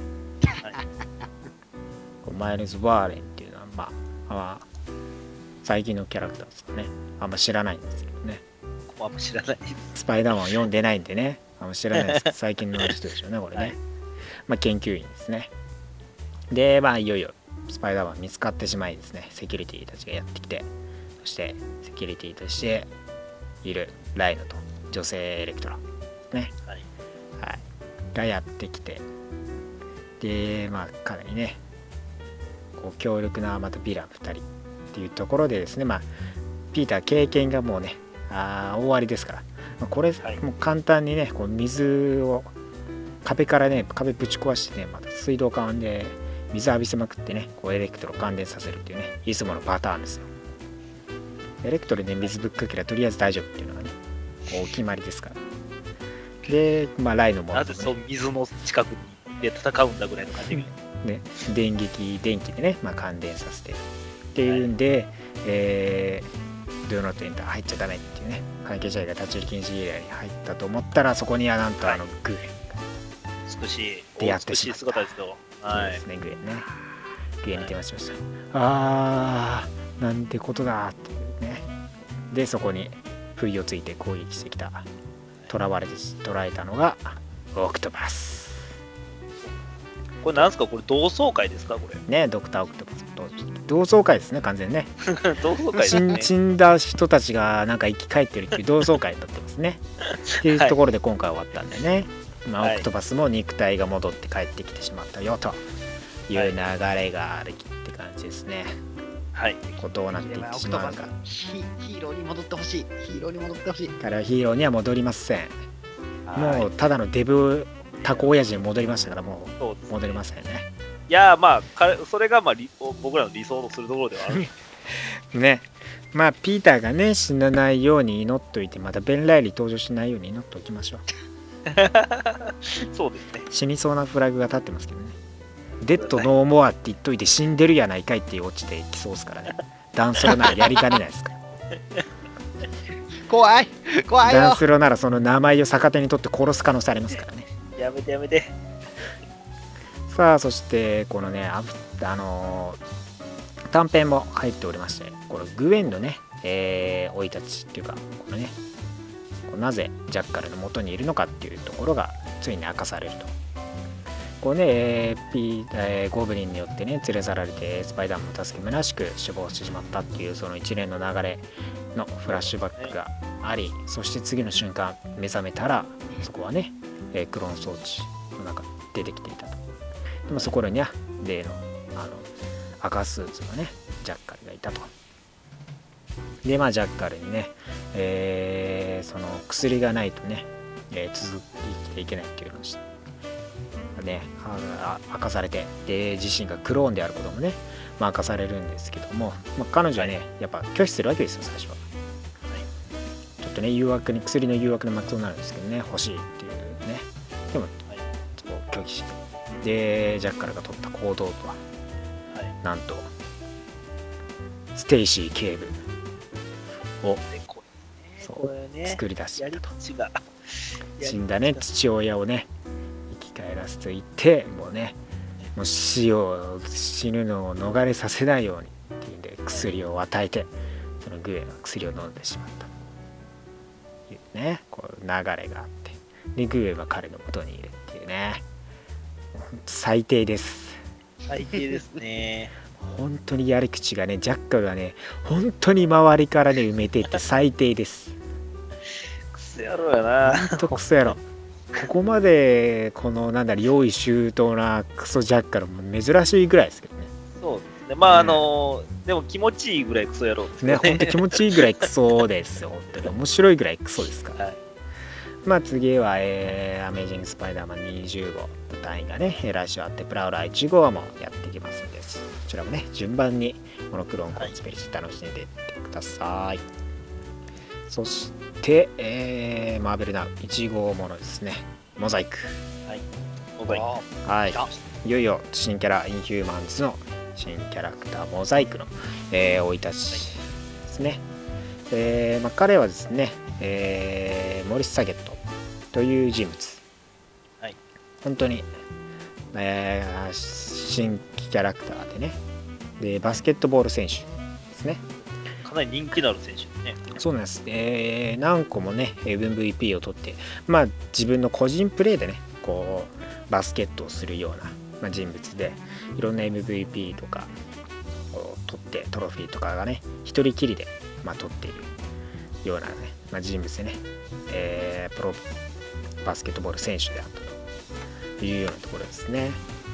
Speaker 3: マイルズ・ワーレンっていうのはまあ最近のキャラクターですかね。あんま知らないんですけどね。
Speaker 1: あんま知らない。
Speaker 3: スパイダーマンを読んでないんでね、あんま知らないですけど、最近の人でしょうね、これね。はい、まあ研究員ですね。で、まあいよいよスパイダーマン見つかってしまいですね、セキュリティたちがやってきて、そしてセキュリティとしているライノと女性エレクトロね、はいはい、がやってきて、で、まあかなりね、こう強力なまたヴィラン2人っていうところでですね、まあピーター経験がもうね大ありですから、まあ、これ、はい、もう簡単にねこう水を壁からね壁ぶち壊してね、また水道管で水浴びせまくってねこうエレクトロ感電させるっていうねいつものパターンですよ。エレクトロで水ぶっかけりゃとりあえず大丈夫っていうのがねこうお決まりですから。でまあライノも、ね、
Speaker 1: なぜそう水の近くにで戦うんだぐらいの感じ、ね、
Speaker 3: 電気でね、まあ、感電させてっていうんで、Do not enter 入っちゃダメっていうね関係者が立ち入り禁止エリアに入ったと思ったら、そこにはなんとグエンが
Speaker 1: 美しい
Speaker 3: 出会ってしまった。
Speaker 1: 姿ですよ。
Speaker 3: はい、そうですね、グエンね。グエンに出ましました。なんてことだっていうね。でそこに不意をついて攻撃してきた捕らえたのがオクトパス。
Speaker 1: これなんですか、これ同窓会ですか、これ
Speaker 3: ね、ドクターオクトパス同窓会ですね、完全にね。
Speaker 1: 同窓会ですね。
Speaker 3: 死んだ人たちがなんか生き返ってるっていう同窓会になってますね。っていうところで今回終わったんでね、まあ、オクトパスも肉体が戻って帰ってきてしまったよという流れがあるって感じですね。
Speaker 1: はい、
Speaker 3: どうなっていってしまうか。
Speaker 2: ヒーローに戻ってほしい。
Speaker 3: 彼はヒーローには戻りません。もうただのデブタコ親父に戻りましたから、もう戻りませんね。
Speaker 1: いやー、まあ、それがまあ僕らの理想とするところではある。
Speaker 3: ね。まあ、ピーターがね、死なないように祈っといて、またベン・ライリー登場しないように祈っておきましょう。
Speaker 1: そうですね。
Speaker 3: 死にそうなフラグが立ってますけどね。デッドノーモアって言っといて死んでるやないかいっていうオチで来そうですからね。ダンスロならやりかねないですから。
Speaker 2: 怖い怖いよ。
Speaker 3: ダンスロならその名前を逆手に取って殺す可能性ありますからね。
Speaker 1: やめてやめて。
Speaker 3: さあ、そしてこのね、短編も入っておりまして、このグエンのね、生い立ちっていうか、このね、なぜジャッカルの元にいるのかっていうところがついに明かされると。こうね、ゴブリンによってね、連れ去られてスパイダーマンを助け虚しく死亡してしまったっていうその一連の流れのフラッシュバックがあり、そして次の瞬間目覚めたら、そこはね、クローン装置の中に出てきていたと。でもそこには例の赤スーツのねジャッカルがいたと。で、まあジャッカルにね、その薬がないとね、続いていけないっていうのをね、明かされて、で自身がクローンであることもね、まあ、明かされるんですけども、まあ、彼女はねやっぱ拒否するわけですよ最初は。ちょっとね薬の誘惑の的になるんですけどね、欲しいっていうね。でも拒否して、でジャッカルが取った行動とは、なんとステイシー警部を作り出していたと。死んだね父親をね生き返らせていて、もうね、もう死ぬのを逃れさせないようにっていうんで薬を与えて、そのグエンは薬を飲んでしまったというね、こう流れがあって、でグエンは彼の元にいるっていうね、最低です。
Speaker 1: 最低ですね。
Speaker 3: 本当にやり口がね、ジャッカルがね本当に周りからね埋めていって最低です。
Speaker 1: クソ野郎やな。
Speaker 3: ほんとクソ野郎。ここまでこの用意周到なクソジャッカルも珍しいぐらいですけどね。
Speaker 1: そうですね。まあでも気持ちいいぐらいクソ野郎ですね。
Speaker 3: 本当気持ちいいぐらいクソですよ。本当に面白いぐらいクソですから。はい、まあ次は、アメージングスパイダーマン20号の単位がね、来週あって、プラウラー1号もやっていきますので、こちらもね、順番にこのクローンコンスペリシー楽しんでいってください。そして、マーベルナウ1号ものですね、モザイク。
Speaker 1: はい。モザイク。
Speaker 3: はい。いよいよ新キャラ、インヒューマンズの新キャラクター、モザイクの、生い立ちですね。まあ、彼はですね、モリス・サゲットという人物。
Speaker 1: はい。
Speaker 3: 本当に、新キャラクターでね、でバスケットボール選手ですね。
Speaker 1: かなり人気のある選手ですね。
Speaker 3: そうなんです。何個もね MVP を取って、まあ自分の個人プレーでねこうバスケットをするような、まあ、人物で、いろんな MVP とかを取ってトロフィーとかがね一人きりで、まあ、取っているようなね、まあ、人物でね、プロバスケットボール選手であったというようなところですね。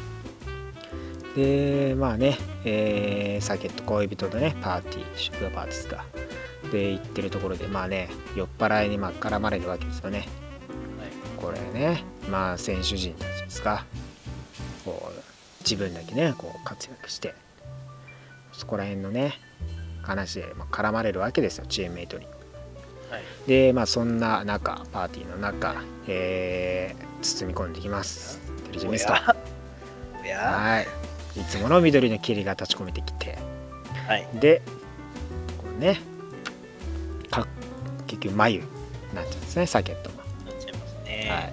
Speaker 3: でまあね、サケット恋人とねパーティー、シュガーパーティーですかで行ってるところで、まあね酔っ払いに絡まれるわけですよね。はい、これね、まあ選手陣たちですか、こう自分だけねこう活躍して、そこら辺のね話で絡まれるわけですよ、チームメイトに。はい、でまあそんな中、パーティーの中、包み込んできますテレジミスト。はい、いつもの緑の霧が立ち込めてきて、はい、でこうね結局眉になっちゃうんですね、サケットが。
Speaker 1: なっちゃいますね。
Speaker 3: はい、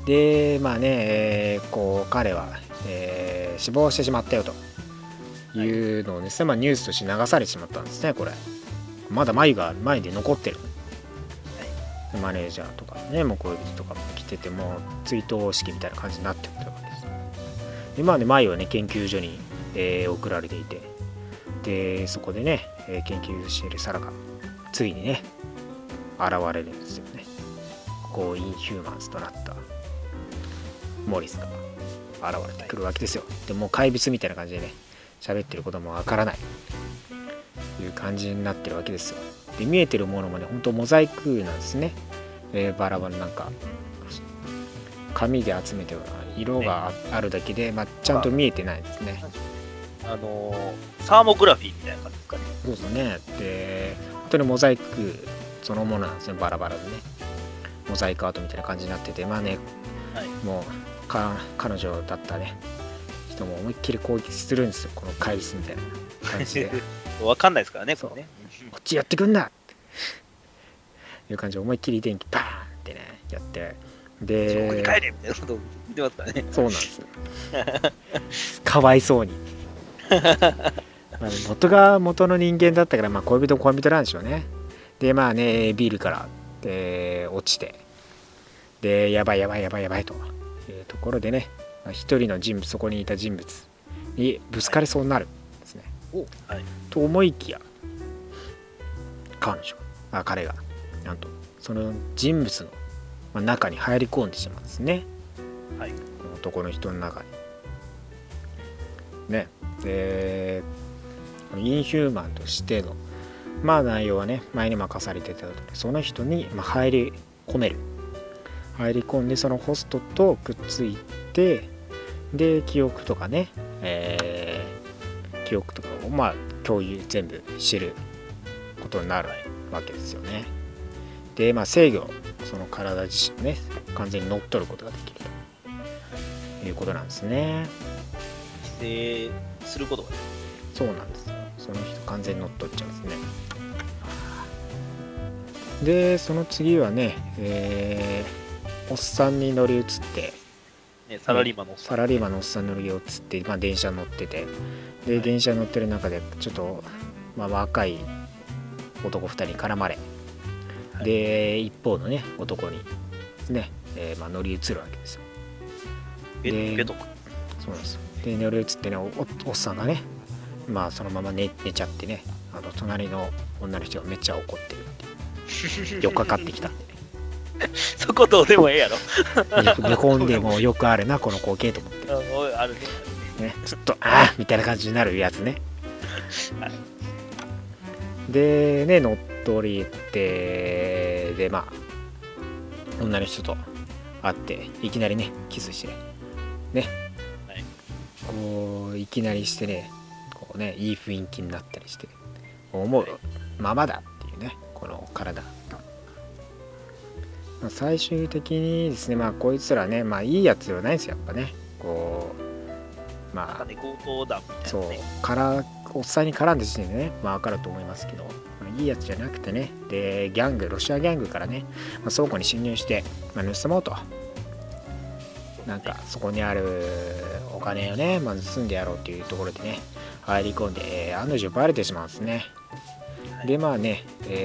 Speaker 3: でまあね、こう彼は、死亡してしまったよというのをですね、まあ、ニュースとして流されてしまったんですね。これまだ眉が前で残ってる、はい、マネージャーとかね、もう恋人とかも来てて、もう追悼式みたいな感じになってったわけです。でまあね、眉はね研究所に、送られていて、でそこでね、研究しているサラがついにね現れるんですよね。こうインヒューマンズとなったモリスが現れてくるわけですよ。でもう怪物みたいな感じでね喋ってることもわからないという感じになってるわけですよ。で見えてるものもね本当モザイクなんですね。バラバラなんか紙で集めて色があるだけで、まあ、ちゃんと見えてないですね。
Speaker 1: サーモグラフィーみたいな感じですかね。
Speaker 3: そうですね。で、本当にモザイクそのものなんですね、バラバラでね。モザイクアートみたいな感じになってて、まあね、はい、もう彼女だったね、人も思いっきり攻撃するんですよ、このカイリスみたいな感じで。
Speaker 1: わかんないですからね、
Speaker 3: そう
Speaker 1: これね。
Speaker 3: こっちやってくんなっていう感じで思いっきり電気バーンってね、やって。で、
Speaker 1: そこに帰れみたいなことを言ってますからね。
Speaker 3: そうなんですよ。かわいそうに。まあ元の人間だったから、まあ、恋人なんでしょうね。で、まあね、ビルから落ちて、で、やばいというところでね、一人の人物、そこにいた人物にぶつかりそうになるんですね。
Speaker 1: はい、
Speaker 3: と思いきや、彼が、なんと、その人物の中に入り込んでしまうんですね。
Speaker 1: はい、
Speaker 3: この男の人の中に。ね。で、インヒューマンとしての、まあ内容はね、前に任されてたので、その人に入り込んで、そのホストとくっついて、で、記憶とかね、記憶とかをまあ共有全部知ることになるわけですよね。で、まあ制御、その体自身ね、完全に乗っ取ることができるということなんですね。
Speaker 1: 規制することができる。
Speaker 3: そうなんですよ。その人完全に乗っ取っちゃうんですね。で、その次はね、おっさんに乗り移って、
Speaker 1: ね、サラリーマンの
Speaker 3: おっさんに乗り移って、まあ、電車乗ってて、で、電車乗ってる中でちょっと、まあ、若い男2人に絡まれ、はい、で、一方のね、男にね、まあ、乗り移るわけですよ。そうなんですよ。で、乗り移ってね、おっさんがね、まあそのまま 寝ちゃってね、隣の女の人がめっちゃ怒ってるっていう。よっかかってきたんで
Speaker 1: ね。そこどうでもええやろ。
Speaker 3: 日本でもよくあるな、この光景と思って。
Speaker 1: あるね。
Speaker 3: ずっと、みたいな感じになるやつね。はい、で、ね、乗っ取りって、で、まあ、女の人と会って、いきなりね、キスして、ね。はい、こう、いきなりしてね、こうね、いい雰囲気になったりして思うままだっていうね、この体、まあ、最終的にですね、まあこいつらね、まあいいやつではないんですよ、やっぱね、こう、まあ
Speaker 1: 強盗だみたいな、ね、
Speaker 3: そうおっさんに絡んで時点でね、まあ分かると思いますけど、まあ、いいやつじゃなくてね、でロシアギャングからね、まあ、倉庫に侵入して、まあ、盗もうと、なんかそこにあるお金をね、まあ、盗んでやろうというところでね、入り込んで、案の定バレてしまうんですね。で、まあね、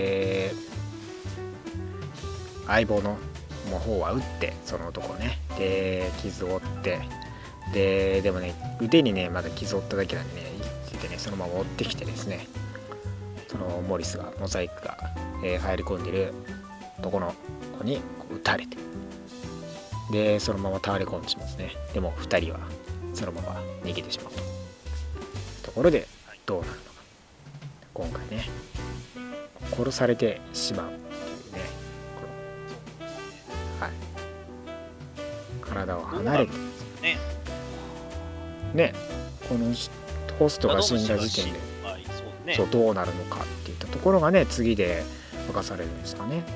Speaker 3: 相棒の方は撃って、その男をね、で、傷を負って、でもね、腕にね、まだ傷を負っただけなんでね、生きてね、そのまま追ってきてですね、そのモザイクが、入り込んでる男の子にこう撃たれて、で、そのまま倒れ込んでしまうんですね。でも、2人はそのまま逃げてしまうところでどうなるのか、今回ね、殺されてしまうというね、はい、体を離れてね、このホストが死んだ時点でそうどうなるのかっていったところがね、次で明かされるんですかね。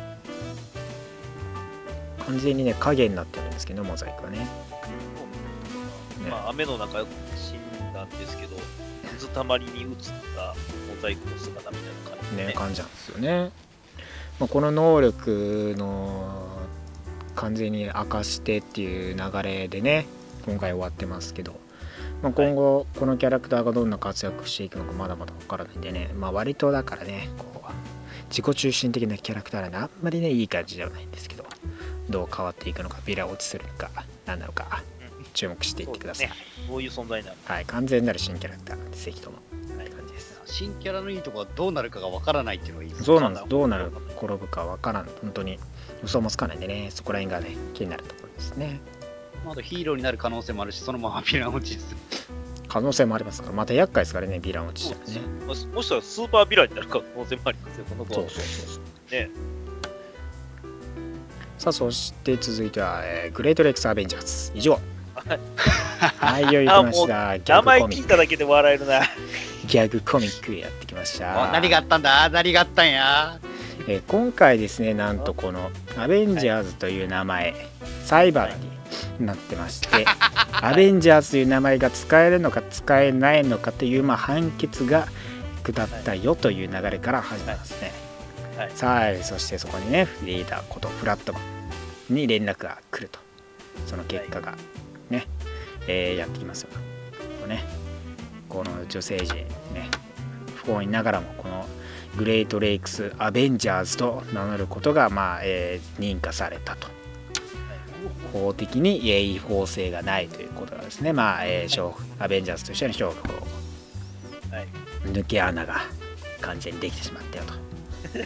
Speaker 3: 完全にね、影になってるんですけど、モザイクはね。
Speaker 1: まあ、雨の中死んだんですけど、水たまりに映ったモザイクの姿みたいな感じで、ね、
Speaker 3: 感じなんですよね。まあ、この能力の完全に明かしてっていう流れでね、今回終わってますけど、まあ、今後このキャラクターがどんな活躍していくのかまだまだ分からないんでね、まあ、割とだからね、こう自己中心的なキャラクターなんであんまりねいい感じではないんですけど、どう変わっていくのか、ビラ落ちするのか何なのか注目していってください。
Speaker 1: そういう存在になる。
Speaker 3: はい、完全なる新キャラクターなんで、ぜひともって感じです。
Speaker 2: 新キャラのいいところはどうなるかがわからないっていうのがいいですね。
Speaker 3: そうなんです。どうなる転ぶかわからん、本当に予想もつかないんでね、そこら辺がね気になるところですね。
Speaker 2: あとヒーローになる可能性もあるし、そのままヴィラン落ちする
Speaker 3: 可能性もありますから、また厄介ですからね、ヴィラン落ちしたらね。
Speaker 1: もしかしたらスーパーヴィランになる可能性もありますよ、この子。
Speaker 3: そうね。 さあそして続いては、グレートレックスアベンジャーズ以上。はい、よいきました。
Speaker 1: 名前聞いただけで笑えるな。
Speaker 3: ギャグコミックやってきました。
Speaker 2: 何があったんだ、何があったんや。
Speaker 3: 今回ですね、なんとこのアベンジャーズという名前、裁判になってまして、アベンジャーズという名前が使えるのか使えないのかという、判決が下ったよという流れから始まりますね。さあ、そしてそこにね、リーダーことフラットマンに連絡が来ると。その結果がね、やってきますよ。この女性陣ね、不幸にながらもこのグレートレイクスアベンジャーズと名乗ることが認可されたと。法的に違法性がないということがですね、アベンジャーズとしての勝負を抜け穴が完全にできてしまったよと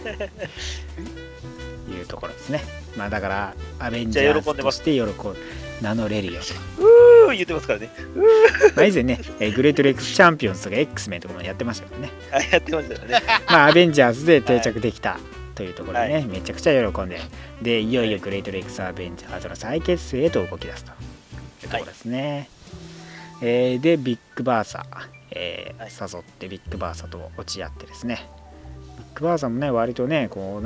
Speaker 3: いうところですね。だからアベンジャーズとして名乗れるよと
Speaker 1: 言ってますからね。
Speaker 3: 以前ね、グレートレックスチャンピオンズとか X メンとかもやってましたからね。
Speaker 1: やってましたよね。
Speaker 3: アベンジャーズで定着できたというところでね、めちゃくちゃ喜んで、いよいよグレートレックスアベンジャーズの再結成へと動き出すというところですね。で、ビッグバーサー、誘ってビッグバーサーと落ち合ってですね、ビッグバーサーもね、割とね、コ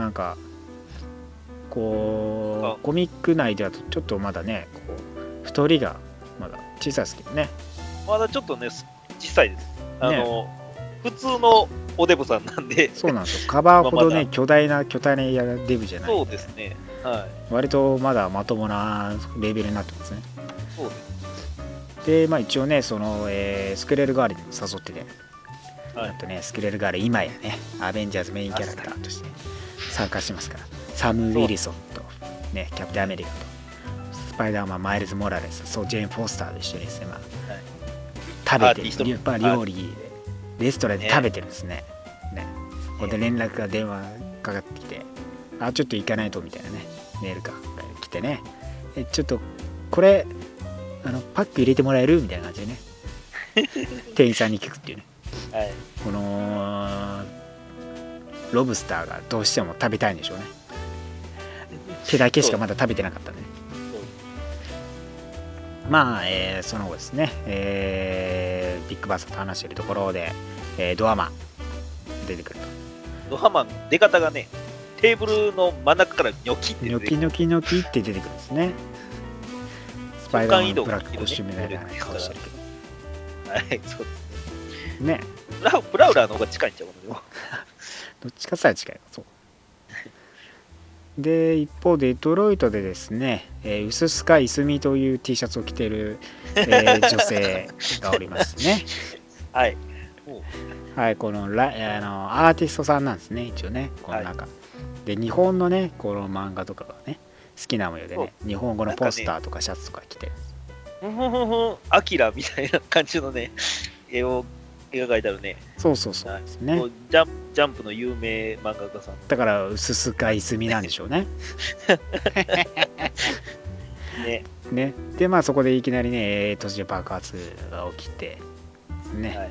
Speaker 3: ミック内ではちょっとまだね、太りがまだ小さいですけどね。
Speaker 1: まだちょっとね、小さいです。普通のおデブさんなんで。
Speaker 3: そうなんですよ。カバーほどね、巨大なデブじゃない。
Speaker 1: そうですね。
Speaker 3: 割とまだまともなレベルになってますね。
Speaker 1: そうです。
Speaker 3: で、一応ね、その、スクレルガールにも誘ってて、あとね、スクレルガール今やね、アベンジャーズメインキャラクターとして参加してますから。サム・ウィリソンと、ね、キャプテンアメリカとスパイダーマン、マイルズ・モラレス、ジェーン・フォスターと一緒にですね、食べてやっぱ料理でレストランで食べてるんですね。ここで連絡が電話かかってきて、ちょっと行かないとみたいなね、メールが来てね、ちょっとこれパック入れてもらえるみたいな感じでね、店員さんに聞くっていうね、このロブスターがどうしても食べたいんでしょうね。手だけしかまだ食べてなかったんで、その後ですね、ビッグバーサーと話しているところで、ドアマン出てくる
Speaker 1: と。ドアマン出方がね、テーブルの真ん中からニョキって
Speaker 3: 出てくる。ニョキって出てくるんですね。スパイダーマンのブラックコスチュームみたいな顔してるけど。そうですね。
Speaker 1: ブラウラーの方が近いんちゃうのよ。
Speaker 3: どっちかさえ近い。そう。で、一方でデトロイトでですね、薄スカイスミという T シャツを着ている、女性がおりますね。
Speaker 1: はい。
Speaker 3: このアーティストさんなんですね、一応ね、この中。で、日本のね、この漫画とかがね、好きな模様でね、日本語のポスターとかシャツとか着てる。
Speaker 1: アキラみたいな感じのね、絵が描いてあるね。
Speaker 3: そうですね。
Speaker 1: ジャンプの有名漫画家さん。
Speaker 3: だから、薄スカイスミなんでしょうね。ね。で、そこでいきなりね、突如爆発が起きて、ね、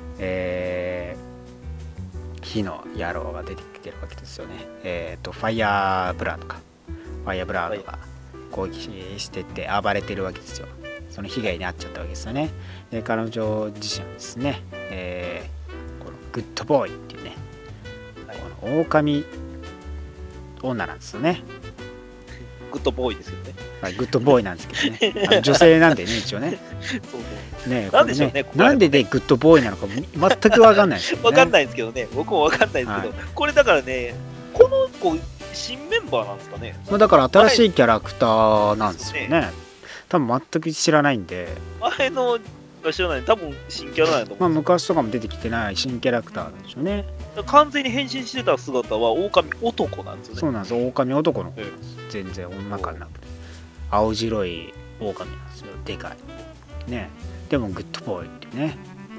Speaker 3: 火の野郎が出てきてるわけですよね。ファイヤーブラードが攻撃してって暴れてるわけですよ。その被害に遭っちゃったわけですよね。で、彼女自身はですね、このグッドボーイっていうね、この狼女なんですよね。
Speaker 1: グッドボーイですよね。
Speaker 3: グッドボーイなんですけどね。女性なんでね、一応ね。
Speaker 1: ね、なんでしょうね。
Speaker 3: なんでグッドボーイなのか全く分かんないですよね。
Speaker 1: 分かんないですけどね。僕も分かんないですけど、これだからね、この子新メンバーなんですかね。
Speaker 3: だから新しいキャラクターなんですよね。多分全く知らないんで。
Speaker 1: 前の知らない、多分新キャラなんやと思う。
Speaker 3: 昔とかも出てきてない新キャラクターなんでしょうね。
Speaker 1: 完全に変身してた姿は狼男なんですよね。
Speaker 3: そうなんですよ、狼男の方です。全然女感なくて。青白い狼なんですよ、でかい。ね。でもグッドボーイっていうね。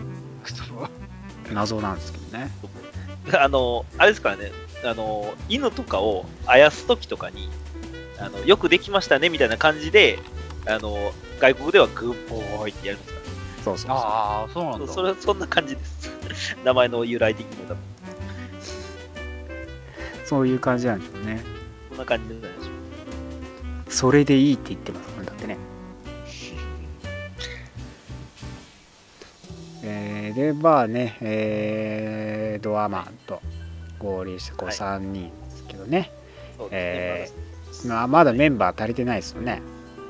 Speaker 3: 謎なんですけどね。
Speaker 1: あれですからね、犬とかをあやすときとかに、よくできましたねみたいな感じで、外国ではグッボーイってやるんですから。
Speaker 3: そう。
Speaker 2: ああ、そうなんだ。
Speaker 1: そんな感じです。名前の由来的には。
Speaker 3: そういう感じなんでしょうね。
Speaker 1: そんな感じなんでしょう。
Speaker 3: それでいいって言ってますもんだってね。でまあね、ドアマンと合流してこう3人ですけどね、まだメンバー足りてないですよね。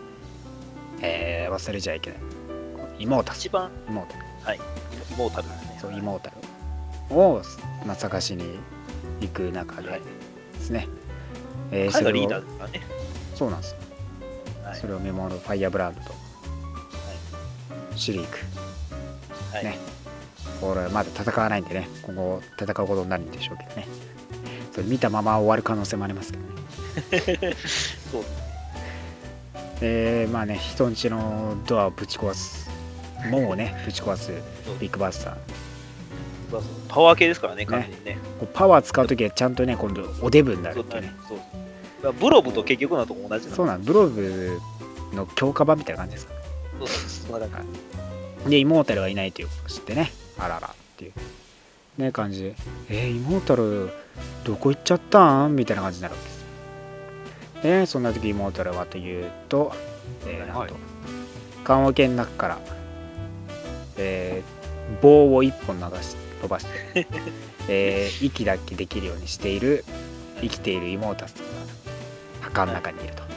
Speaker 3: 忘れちゃいけない。イモータル。
Speaker 1: 一番
Speaker 3: イモータル。
Speaker 1: はい。イモータルですね。
Speaker 3: そう、イモータルを、探しに行く中でですね。
Speaker 1: 彼がリーダーですからね。
Speaker 3: そうなんですよ。それを見守るファイヤーブランドと、シュリーク。ね。これまだ戦わないんでね、今後戦うことになるんでしょうけどね。それ見たまま終わる可能性もありますけどね。
Speaker 1: そう
Speaker 3: まあね、人んちのドアをぶち壊す、門をね、ぶち壊すビッグバスター。
Speaker 1: パワー系ですからね、完全にね。
Speaker 3: パワー使うときはちゃんとね、今度おデブになるっていうね。
Speaker 1: そうブロブと結局のとこ同じなんです。
Speaker 3: そうなん、ブロブの強化版みたいな感じですか。
Speaker 1: そうだから。
Speaker 3: で、イモータルがいないということを知ってね、あららっていう、ね、感じで、イモータルどこ行っちゃったんみたいな感じになるわけです。で、そんな時イモータルはというと、なんと、棺桶の中から、棒を1本飛ばして、息だけできるようにしている、生きているイモータルが墓の中にいると。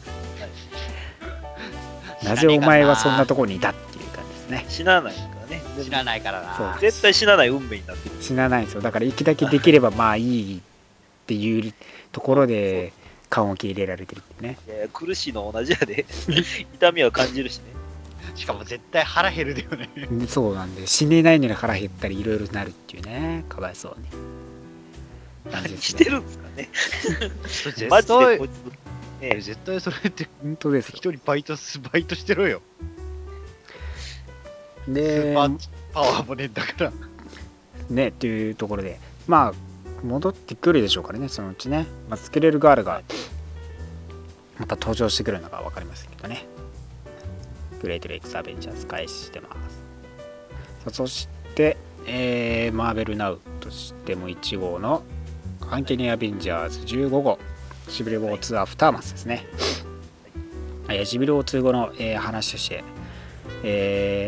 Speaker 3: なぜお前はそんなところにいたっていう感じですね。
Speaker 1: 死なないからね。
Speaker 2: 死なないからな。
Speaker 3: そう
Speaker 1: 絶対死なない運命になってる。
Speaker 3: 死なないんですよ。だから息だけできればまあいいっていうところで棺桶入れられてるってね。
Speaker 1: いや苦しいの同じやで。痛みは感じるしね。
Speaker 2: しかも絶対腹減るだよね。
Speaker 3: そうなんで、死ねないのに腹減ったりいろいろなるっていうね。かわいそうに。
Speaker 1: 何してるんですかね。
Speaker 2: マジで
Speaker 1: こいつ。
Speaker 2: 絶対それって
Speaker 3: 本当ですよ。
Speaker 2: 一人バイトしてろよ。
Speaker 3: で、
Speaker 2: パワーもねえんだから
Speaker 3: ねっていうところで、まあ戻ってくるでしょうからね、そのうちね。スケレルガールがまた登場してくるのが分かりますけどね。グレートレイクスアベンジャーズ開始してます。そして、マーベルナウとしても1号のアンケニーアベンジャーズ15号シビルウォー2アフターマスですね。シビルウォー2後の、話として、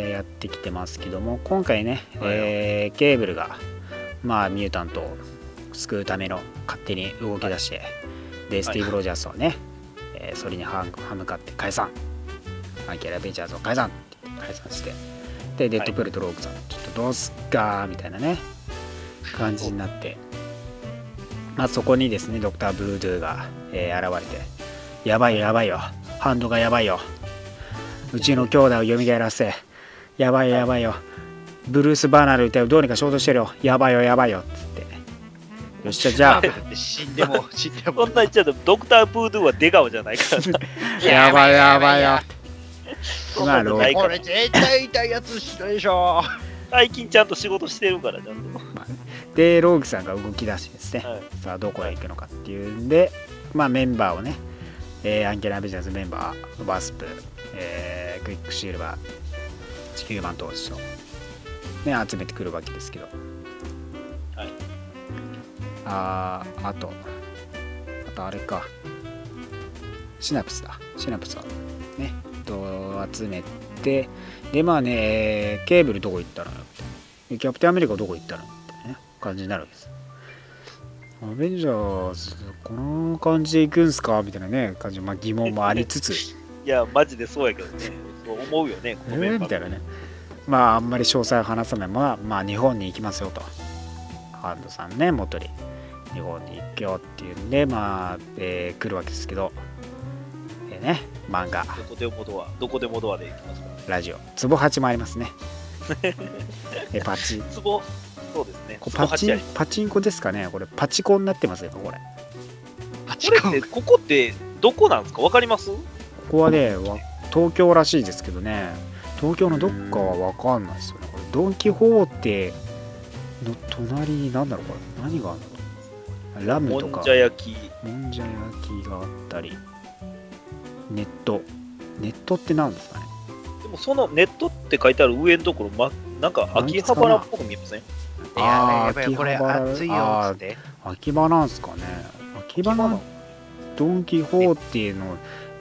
Speaker 3: やってきてますけども、今回ね、ケーブルが、まあ、ミュータントを救うための勝手に動き出して、でスティーブ・ロジャースをね、それに歯向かって解散、アンケニーアベンジャーズを解散って解散して、でデッドプールとローグさん、ちょっとどうすっかみたいなね感じになって、まあ、そこにですねドクター・ブルードゥが、現れて、やばいよやばいよ、ハンドがやばいよ、うちの兄弟を蘇らせ、やばいよやばいよ、ブルース・バーナーの歌をどうにかしようとしてるよ、やばいよやばいよっつって、よっしゃじゃあ
Speaker 2: 死んでも
Speaker 1: そんな言っちゃうとドクター・ブードゥは出川じゃないからな。
Speaker 3: やばいよやばいよ、
Speaker 1: そんなのないから。
Speaker 2: これ絶対痛いやつしたでしょ。
Speaker 1: 最近ちゃんと仕事してるからちゃんと。
Speaker 3: でローグさんが動き出してですね、さあどこへ行くのかっていうんで、まあ、メンバーをね、アンケナ・アベンジャーズメンバー、ワスプ、クイックシルバー、地球版投資と、ね、集めてくるわけですけど、
Speaker 1: はい、
Speaker 3: あとあれか、シナプスはねと集めて、でまあね、ケーブルどこ行ったのよって、キャプテンアメリカどこ行ったのってね感じになるわけです。アベンジャーズこの感じで行くんすかみたいなね感じ、まあ、疑問もありつつ
Speaker 1: いやマジでそうやけどね、そう思うよね、このメンバー
Speaker 3: みたいなね。まああんまり詳細を話さないまま、まあ、日本に行きますよと、ハンドさんね元に日本に行くよっていうんで、まあ、来るわけですけど、ね、漫画
Speaker 1: どこでもドアで行きますから、ね、
Speaker 3: ラジオツボ8もありますね。パチ
Speaker 1: ツボ、そうですね、
Speaker 3: パチンコですかね、これパチコンになってますよこれ。
Speaker 1: ここってどこなんですか、わかります？こ
Speaker 3: こはね東京らしいですけどね、東京のどっかはわかんないですよね。これドン・キホーテの隣、なんだろうこれ、何があるの、ラムとか
Speaker 1: もんじゃ焼き
Speaker 3: があったり、ネットって何ですかね。
Speaker 1: でもそのネットって書いてある上のところ、なんか秋葉原っぽく見えません？
Speaker 2: やばいこれ熱いよって。
Speaker 3: 秋葉なんすかね。秋葉のドン・キホーテの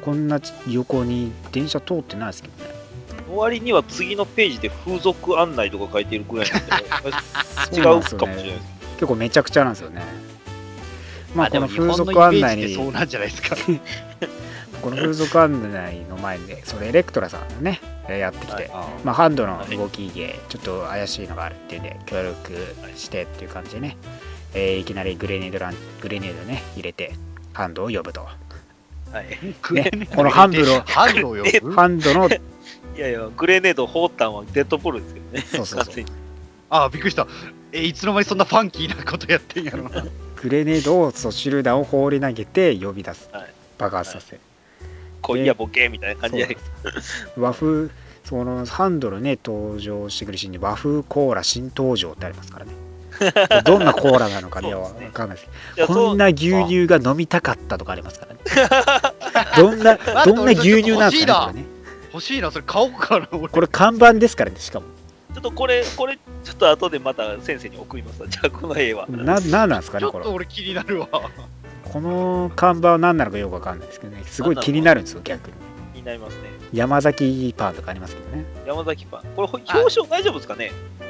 Speaker 3: こんな横に電車通ってないですけどね。
Speaker 1: の割には次のページで風俗案内とか書いてるくらいなんで違うかもしれないです。
Speaker 3: 結構めちゃくちゃなんですよね。まあこの風俗案内に、
Speaker 2: そうなんじゃないですか。
Speaker 3: この風俗案内の前にそれエレクトラさんがねやってきて、まあハンドの動き芸ちょっと怪しいのがあるっていうんで協力してっていう感じでね、いきなりグレネードね入れてハンドを呼ぶと。
Speaker 1: はい。
Speaker 3: ね、このハンドの
Speaker 1: いやいや、グレネード放ったんはデッドボールですけどね。
Speaker 3: そうそうそう。
Speaker 2: ああ、びっくりした。いつの間にそんなファンキーなことやってんやろな。
Speaker 3: グレネードを手榴弾を放り投げて呼び出す。はい、爆発させ。
Speaker 1: こいやボケみたいな感じで。
Speaker 3: 和風、そのハンドルね、登場してくるシーンに和風コーラ新登場ってありますからね。どんなコーラなのかね、わかんないですけど、こんな牛乳が飲みたかったとかありますからね。どんな牛乳なんですかね。
Speaker 2: 欲しいな、それ買おうかな。
Speaker 3: これ看板ですからね、しかも。
Speaker 1: ちょっとこれちょっと後でまた先生に送りますわ。じゃあこの絵は。
Speaker 3: なんですかね、これ。
Speaker 2: ちょっと俺気になるわ。
Speaker 3: この看板は何なのかよくわかんないですけどね、すごい気になるんですよ、逆に。
Speaker 1: 気になりますね。
Speaker 3: 山崎パンとかありますけどね。
Speaker 1: 山崎パン。これ表彰大丈夫ですかね。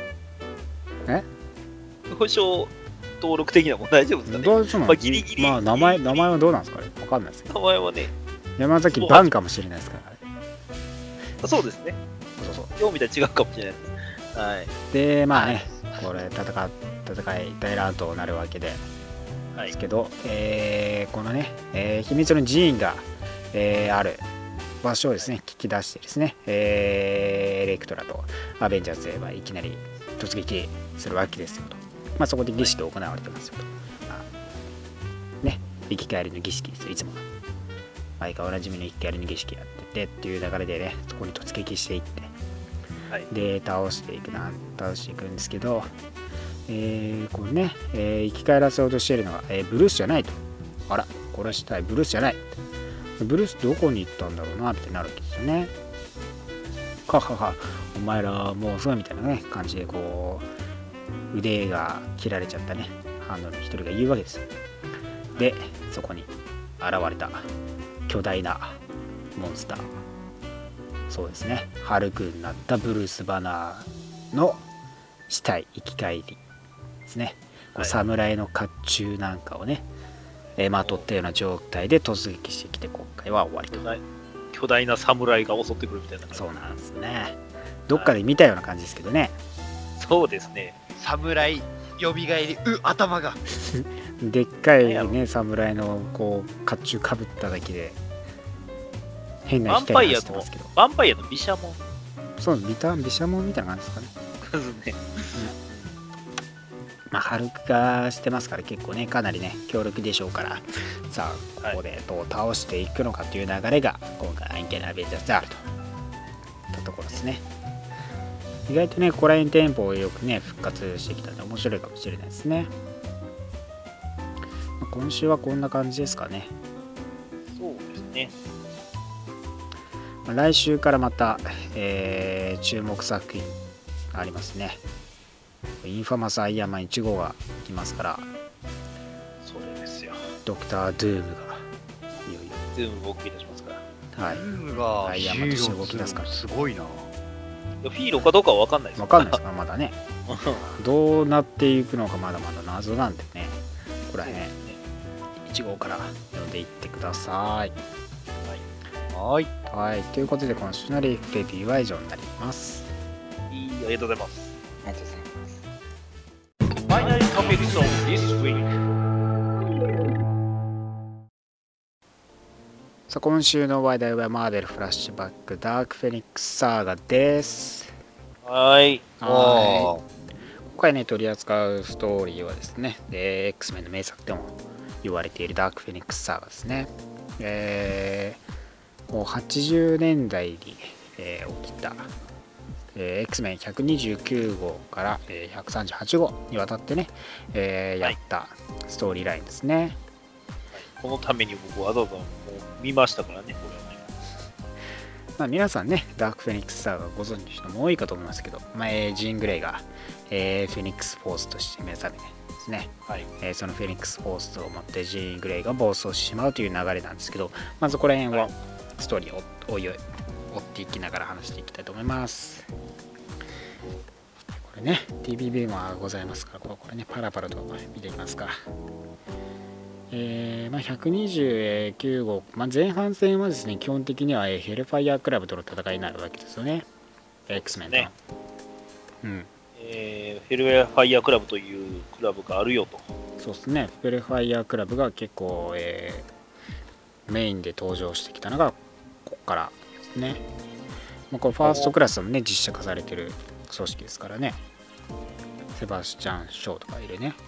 Speaker 1: 表彰登録的なも大丈夫ですかね。まあギリギリ。
Speaker 3: まあ名前はどうなんですかね。わかんないですけど。
Speaker 1: 名前はね。
Speaker 3: 山崎パンかもしれないですから。
Speaker 1: そうですね。そう。よう見たら違うかもしれないです。はい。
Speaker 3: で、まあね、これ戦い大乱闘になるわけで。ですけど、このね、秘密の寺院が、ある場所をですね聞き出してですね、エレクトラとアベンジャーズではいきなり突撃するわけですよと。まあ、そこで儀式が行われてますよと。まあ、ね、生き返りの儀式ですよ、いつも。毎回おなじみの生き返りの儀式やっててっていう流れでね、そこに突撃していって、はい、で倒していくんですけど、これね、生き返らせようとしているのが、ブルースじゃないと。あら、殺したいブルースじゃない。ブルースどこに行ったんだろうなってなるんですよね。ははは、お前らもうそうみたいなね感じでこう腕が切られちゃったねハンドの一人が言うわけです。で、そこに現れた巨大なモンスター、そうですね、ハルクになったブルース・バナーの死体生き返りですね、はい、侍の甲冑なんかをね、まとったような状態で突撃してきて今回は終わりと。
Speaker 1: 巨大な侍が襲ってくるみたいな感じ。
Speaker 3: そうなんですね。どっかで見たような感じですけどね。
Speaker 1: そうですね。
Speaker 2: 侍よみがえり頭が
Speaker 3: でっかいね侍のこう甲冑かぶっただけで変な光が走ってますけど。
Speaker 1: ヴァンパイアの毘沙門。
Speaker 3: そう、毘沙門みたいな感じですかね。
Speaker 1: ね。
Speaker 3: まあ、ハルク化してますから結構ねかなりね強力でしょうから、さあここでどう倒していくのかという流れが今回アインケナアベンジャーズであるといったところですね。意外とねここら辺テンポをよくね復活してきたので面白いかもしれないですね。まあ、今週はこんな感じですかね。
Speaker 1: そうですね。
Speaker 3: まあ、来週からまた、注目作品ありますね。インファマスアイアンマン1号が来ますから、
Speaker 1: それですよ。
Speaker 3: ドクター・ドゥームがいよいよ
Speaker 1: ドゥーム動き出しますから。
Speaker 2: はい。ドゥームが
Speaker 3: アイアンマンとして動き出すから。
Speaker 2: すごいな。
Speaker 1: フィーロかどうかは分かんないです。
Speaker 3: 分かんないですからまだね。どうなっていくのかまだまだ謎なんでね。ここら辺、1号から読んでいってください。はい。はい。ということで今週のレビューは以上になります。
Speaker 1: ありがとうございます。
Speaker 4: ありがとうございます。
Speaker 1: Final topics of this week.
Speaker 3: さあ今週の話題はマーベルフラッシュバックダークフェニックスサーガです。
Speaker 1: はい。
Speaker 3: 今回ね取り扱うストーリーはですね、X メンの名作とも言われているダークフェニックスサーガですね。もう80年代に、起きたX メン129号から、138号にわたってね、やったストーリーラインですね。
Speaker 1: このために僕わざわざもう見ましたからね、これはね。
Speaker 3: まあ、皆さんね、ダークフェニックスサーガご存知の人も多いかと思いますけど、ジーン・グレイが、フェニックス・フォースとして目覚めですね、はい、そのフェニックス・フォースを持ってジーン・グレイが暴走してしまうという流れなんですけど、まずここら辺を、 ストーリーを追っていきながら話していきたいと思います。これね TBB もございますから、これねパラパラと見ていきますか。129号、前半戦はですね基本的にはヘルファイアークラブとの戦いになるわけですよね、X メンとの、
Speaker 1: ヘルファイアークラブというクラブがあるよと。
Speaker 3: そうですね、ヘルファイアークラブが結構、メインで登場してきたのがここからですね。これファーストクラスもね実写化されてる組織ですからね。セバスチャン・ショーとかいるね。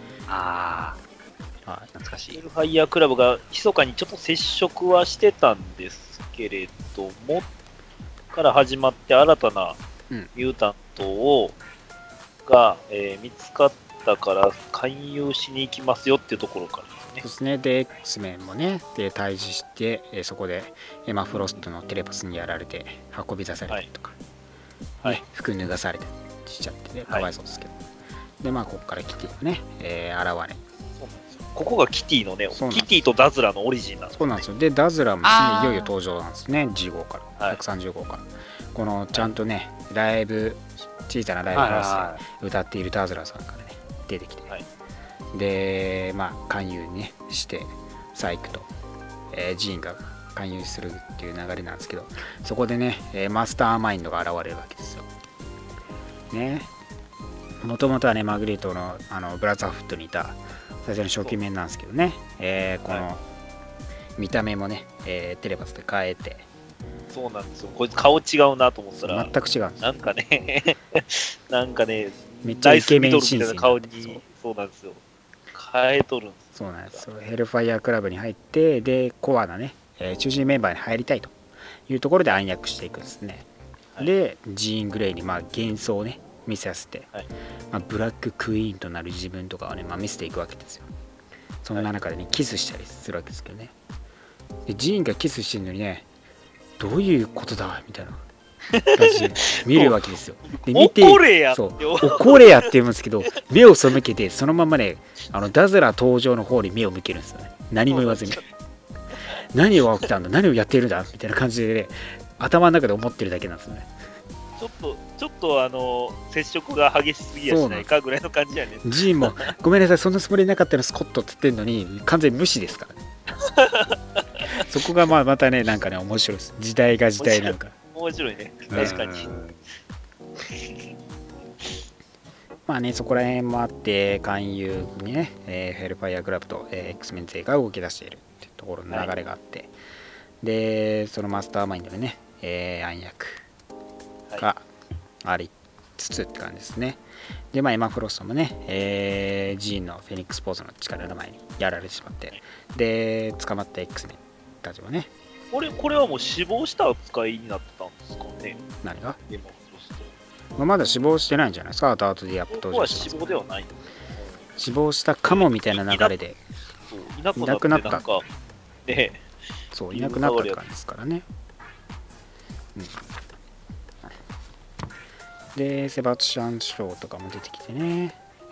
Speaker 1: 懐かしい。ヘルファイアークラブが密かにちょっと接触はしてたんですけれども、から始まって新たなミュータントが、見つかったから勧誘しに行きますよっていうところからですね。
Speaker 3: そうですね。で X メンもねで対峙して、そこでエマ・フロストのテレパスにやられて運び出されたりとか、服脱がされたりしちゃってね、かわいそうですけど、でここからキティがね、現れ、
Speaker 1: ここがキティのね、キティとダズラのオリジンなんですね。
Speaker 3: そうなんですよ。でダズラもですねいよいよ登場なんですね。G 号から130号から、このちゃんとねライブ、小さなライブハウスで歌っているダズラさんからね出てきて、で勧誘にねしてサイクと、ジーンが勧誘するっていう流れなんですけど、そこでねマスターマインドが現れるわけですよね。もともとはねマグリートのブラザーフットにいた最初の初期面なんですけどね、この見た目もね、テレパスで変えて、
Speaker 1: そうなんですよ。こいつ顔違うなと思ったら
Speaker 3: 全く違うんですよ。
Speaker 1: なんかね
Speaker 3: めっちゃイケメン
Speaker 1: みたいな顔に、そうなんですよ、変えとるんです。
Speaker 3: そうなんですよ。ヘルファイアークラブに入って、でコアなね、中心メンバーに入りたいというところで暗躍していくんですね。でジーン・グレイに幻想をね見せさせて、ブラッククイーンとなる自分とかをね、見せていくわけですよ。そんな中でねキスしたりするわけですけどね。でジーンがキスしてるのにね、どういうことだみたいな感じで見るわけですよ。で見て、
Speaker 1: 怒れや
Speaker 3: 怒れやって言うんですけど、目を背けてそのままねダズラ登場の方に目を向けるんですよね。何も言わずに何が起きたんだ、何をやっているんだみたいな感じでね頭の中で思ってるだけなんですよね。
Speaker 1: ちょっと接触が激しすぎやしないかぐらいの感じやね。
Speaker 3: ジーンもごめんなさいそんなつもりなかったのスコットって言ってるのに完全に無視ですからねそこがまたねなんかね面白いです。時代が時代なんか
Speaker 1: 面白いね、確かに。
Speaker 3: そこら辺もあって勧誘にね、ヘルファイアークラブと、X メン勢が動き出しているっていうところの流れがあって、でそのマスターマインドでね、暗躍がありつつって感じですね。でエマ・フロストもね、ジーンのフェニックスポーズの力の前にやられてしまって、で捕まった X メンたちもね、
Speaker 1: これはもう死亡した扱いになったんですかね。
Speaker 3: 何がまだ死亡してないんじゃないですか。後々でやっと登場します。
Speaker 1: 死亡ではない。
Speaker 3: 死亡したかもみたいな流れでいなくなった。そういなくなったって感じですからね。でセバスチャン・ショーとかも出てきてね、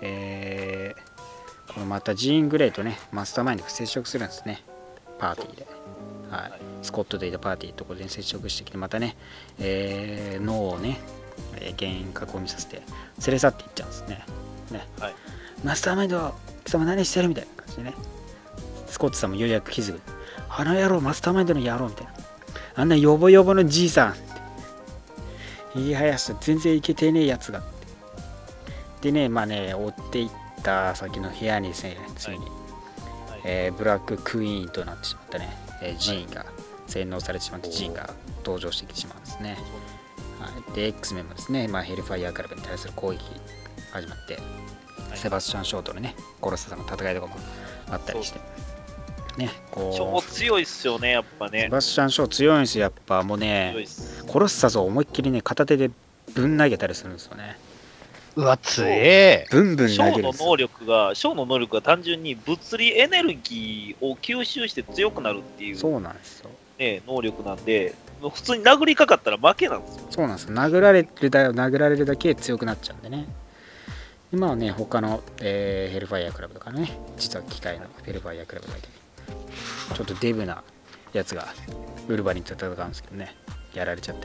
Speaker 3: このまたジーン・グレイとねマスターマインドが接触するんですね、パーティーで。スコットでいたパーティーのところで接触してきて、またね、脳をね幻覚を見させて連れ去っていっちゃうんですね。マスターマインド貴様何してるみたいな感じでね、スコットさんもようやく気づく。あの野郎マスターマインドの野郎みたいな、あんなヨボヨボのじいさん言いはやした全然いけてねえやつがでね、追っていった先の部屋にですね、ついに、ブラッククイーンとなってしまったね、ジーンが洗脳されてしまって、ジーンが登場してきてしまうんですね。で X メンもですね、ヘルファイアークラブに対する攻撃始まって、セバスチャン・ショートのねコロッサさんの戦いとかもあったりしてね、
Speaker 1: 超強いっすよね、やっぱね。
Speaker 3: セバスチャン・ショー強いんですよ、やっぱもうね、コロッサスを思いっきりね片手でぶん投げたりするんですよね。
Speaker 2: うわ、強え。
Speaker 3: ブンブン投げるんですよ。
Speaker 1: ショーの能力が単純に物理エネルギーを吸収して強くなるっていう、
Speaker 3: そうなんですよ、
Speaker 1: 能力なんで、普通に殴りかかったら負けなんですよ。
Speaker 3: そうなんですよ、殴られるだけ強くなっちゃうんでね。今はね他の、ヘルファイアークラブとかね、実は機械のヘルファイアークラブだけちょっとデブなやつがウルヴァリンと戦うんですけどね、やられちゃって。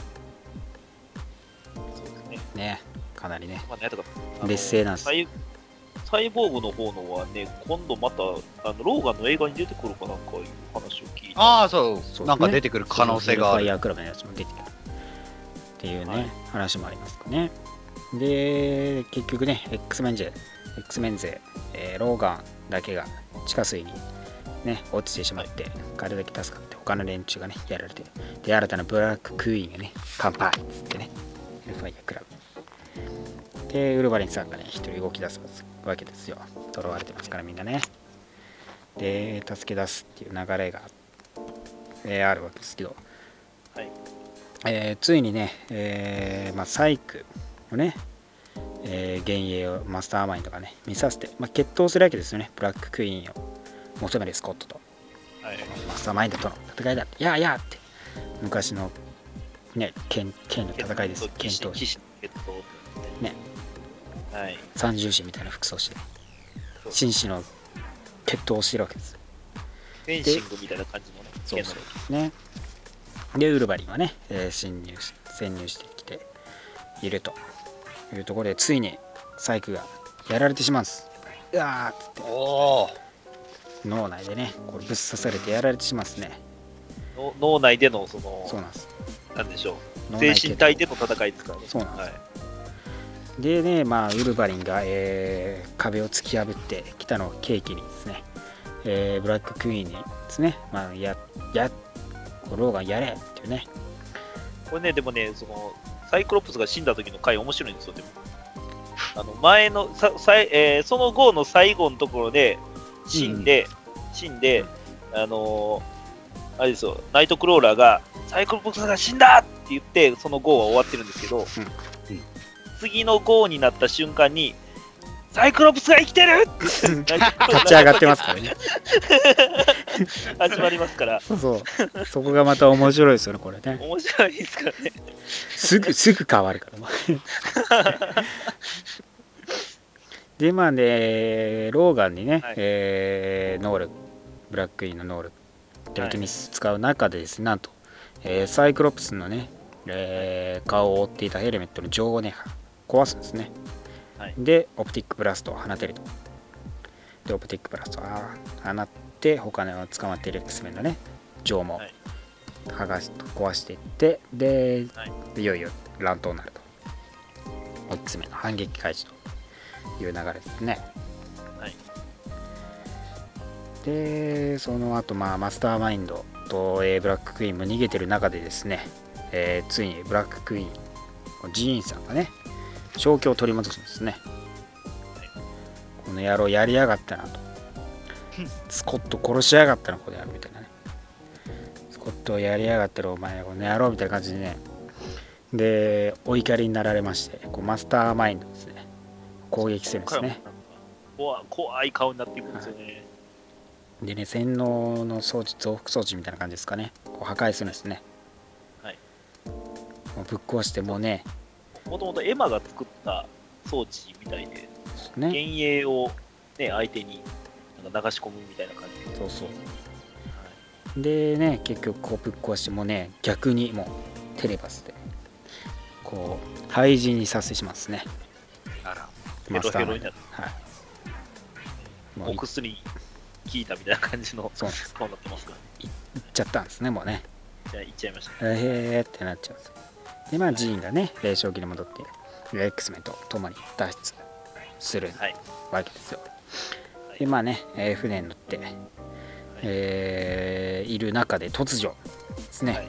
Speaker 1: そうですね。
Speaker 3: ね、かなりね、
Speaker 1: まあ、なんとか
Speaker 3: 劣勢なんです。
Speaker 1: サイボーグの方のはね、今度またローガンの映画に出てくるかなんかいう話を聞いて。
Speaker 2: ああ、そう、なんか出てくる可能性がある。
Speaker 3: ファイヤークラブのやつも出てくるっていうね、話もありますかね。で、結局ね、X メン勢、ローガンだけが地下水にね、落ちてしまって、彼だけ助かって、他の連中がね、やられて、で、新たなブラッククイーンがね、乾杯っつってね、ファイヤークラブ。で、ウルヴァリンさんがね、一人動き出すわけですよ。呪われてますから、みんなね。で、助け出すっていう流れが、あるわけですけど、ついにね、サイクのね、幻影をマスターマインドがね、見させて、決闘するわけですよね。ブラッククイーンを求めるスコットと、マスターマインドとの戦いだって、やーって、昔のね、剣の戦いです。剣闘士。ね。三重士みたいな服装して、紳士の決闘をしてるわけです。
Speaker 1: フェンシングみたいな感じのね。
Speaker 3: そうですね。で、ウルヴァリンはね、潜入してきているというところで、ついにサイクがやられてしまうんです。うわーっつって、脳内でね、これぶっ刺されてやられてしまうんですね。
Speaker 1: 脳内での
Speaker 3: そうなんです。
Speaker 1: なんでしょう。精神体での戦いですからね。
Speaker 3: そうなんです。でね、ウルヴァリンが、壁を突き破ってきたのを契機にですね、ブラッククイーンにですね、ローガンやれっていうね。
Speaker 1: これね、でもね、サイクロプスが死んだ時の回面白いんですよ。でも前のその後の最後のところで死んで、あれですよ、ナイトクローラーがサイクロプスが死んだって言って、その号は終わってるんですけど、次の号になった瞬間に、サイクロプスが生きてる
Speaker 3: 立ち上がってますからね。
Speaker 1: 始まりますから。
Speaker 3: そこがまた面白いですよね、これね。
Speaker 1: 面白いですからね。
Speaker 3: すぐ変わるから。で、ね、ローガンにね、能力、ブラッククイーンの能力、テレキネシス使う中でですね、なんと、サイクロプスのね、顔を覆っていたヘルメットの上をね、壊すんですね。で、オプティックブラストを放てると。で、オプティックブラストを放って、他の捕まっている X メンのね、上も壊していって、で、いよいよ乱闘になると。X メンの反撃開始という流れですね。で、その後、マスターマインドと、ブラッククイーンも逃げてる中でですね、ついにブラッククイーン、ジーンさんがね、正気を取り戻すんですね。この野郎やりやがったなと。スコット殺しやがったな、この野郎みたいなね。スコットやりやがったらお前この野郎みたいな感じでね。で、お怒りになられまして、マスターマインドですね。攻撃するんですね。
Speaker 1: 怖い顔になっていくんですよね。
Speaker 3: でね、洗脳の装置、増幅装置みたいな感じですかね。破壊するんですね。もうぶっ壊してもうね。
Speaker 1: もともとエマが作った装置みたいで、幻影を、ね、相手になんか流し込むみたいな感じで。
Speaker 3: そう。でね、結局ぶっ壊してもね、逆にもうテレパスで廃人にさせてしまうんですね。
Speaker 1: ヘロヘロになって。お薬効いたみたいな感じの顔になってますから。
Speaker 3: いっちゃったんですね、もうね。
Speaker 1: じゃあいっちゃいました。
Speaker 3: ってなっちゃうんです。で、ジーンがね、霊障期に戻って、X メンと共に脱出するわけですよ。で、船に乗って、いる中で突如ですね、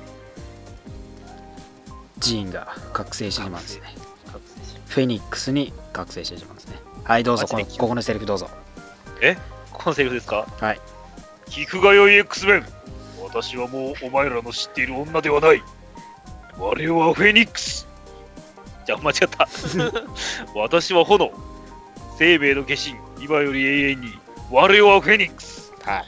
Speaker 3: ジーンが覚醒してしまうんですね。フェニックスに覚醒してしまうんですね。はい、どうぞ、ここのセリフどうぞ。
Speaker 1: このセリフですか？
Speaker 3: はい。
Speaker 1: 聞くがよい X メン。私はもうお前らの知っている女ではない。我はフェニックス。じゃあ間違った。私は炎。生命の化身。今より永遠に。我はフェニックス。
Speaker 3: はい。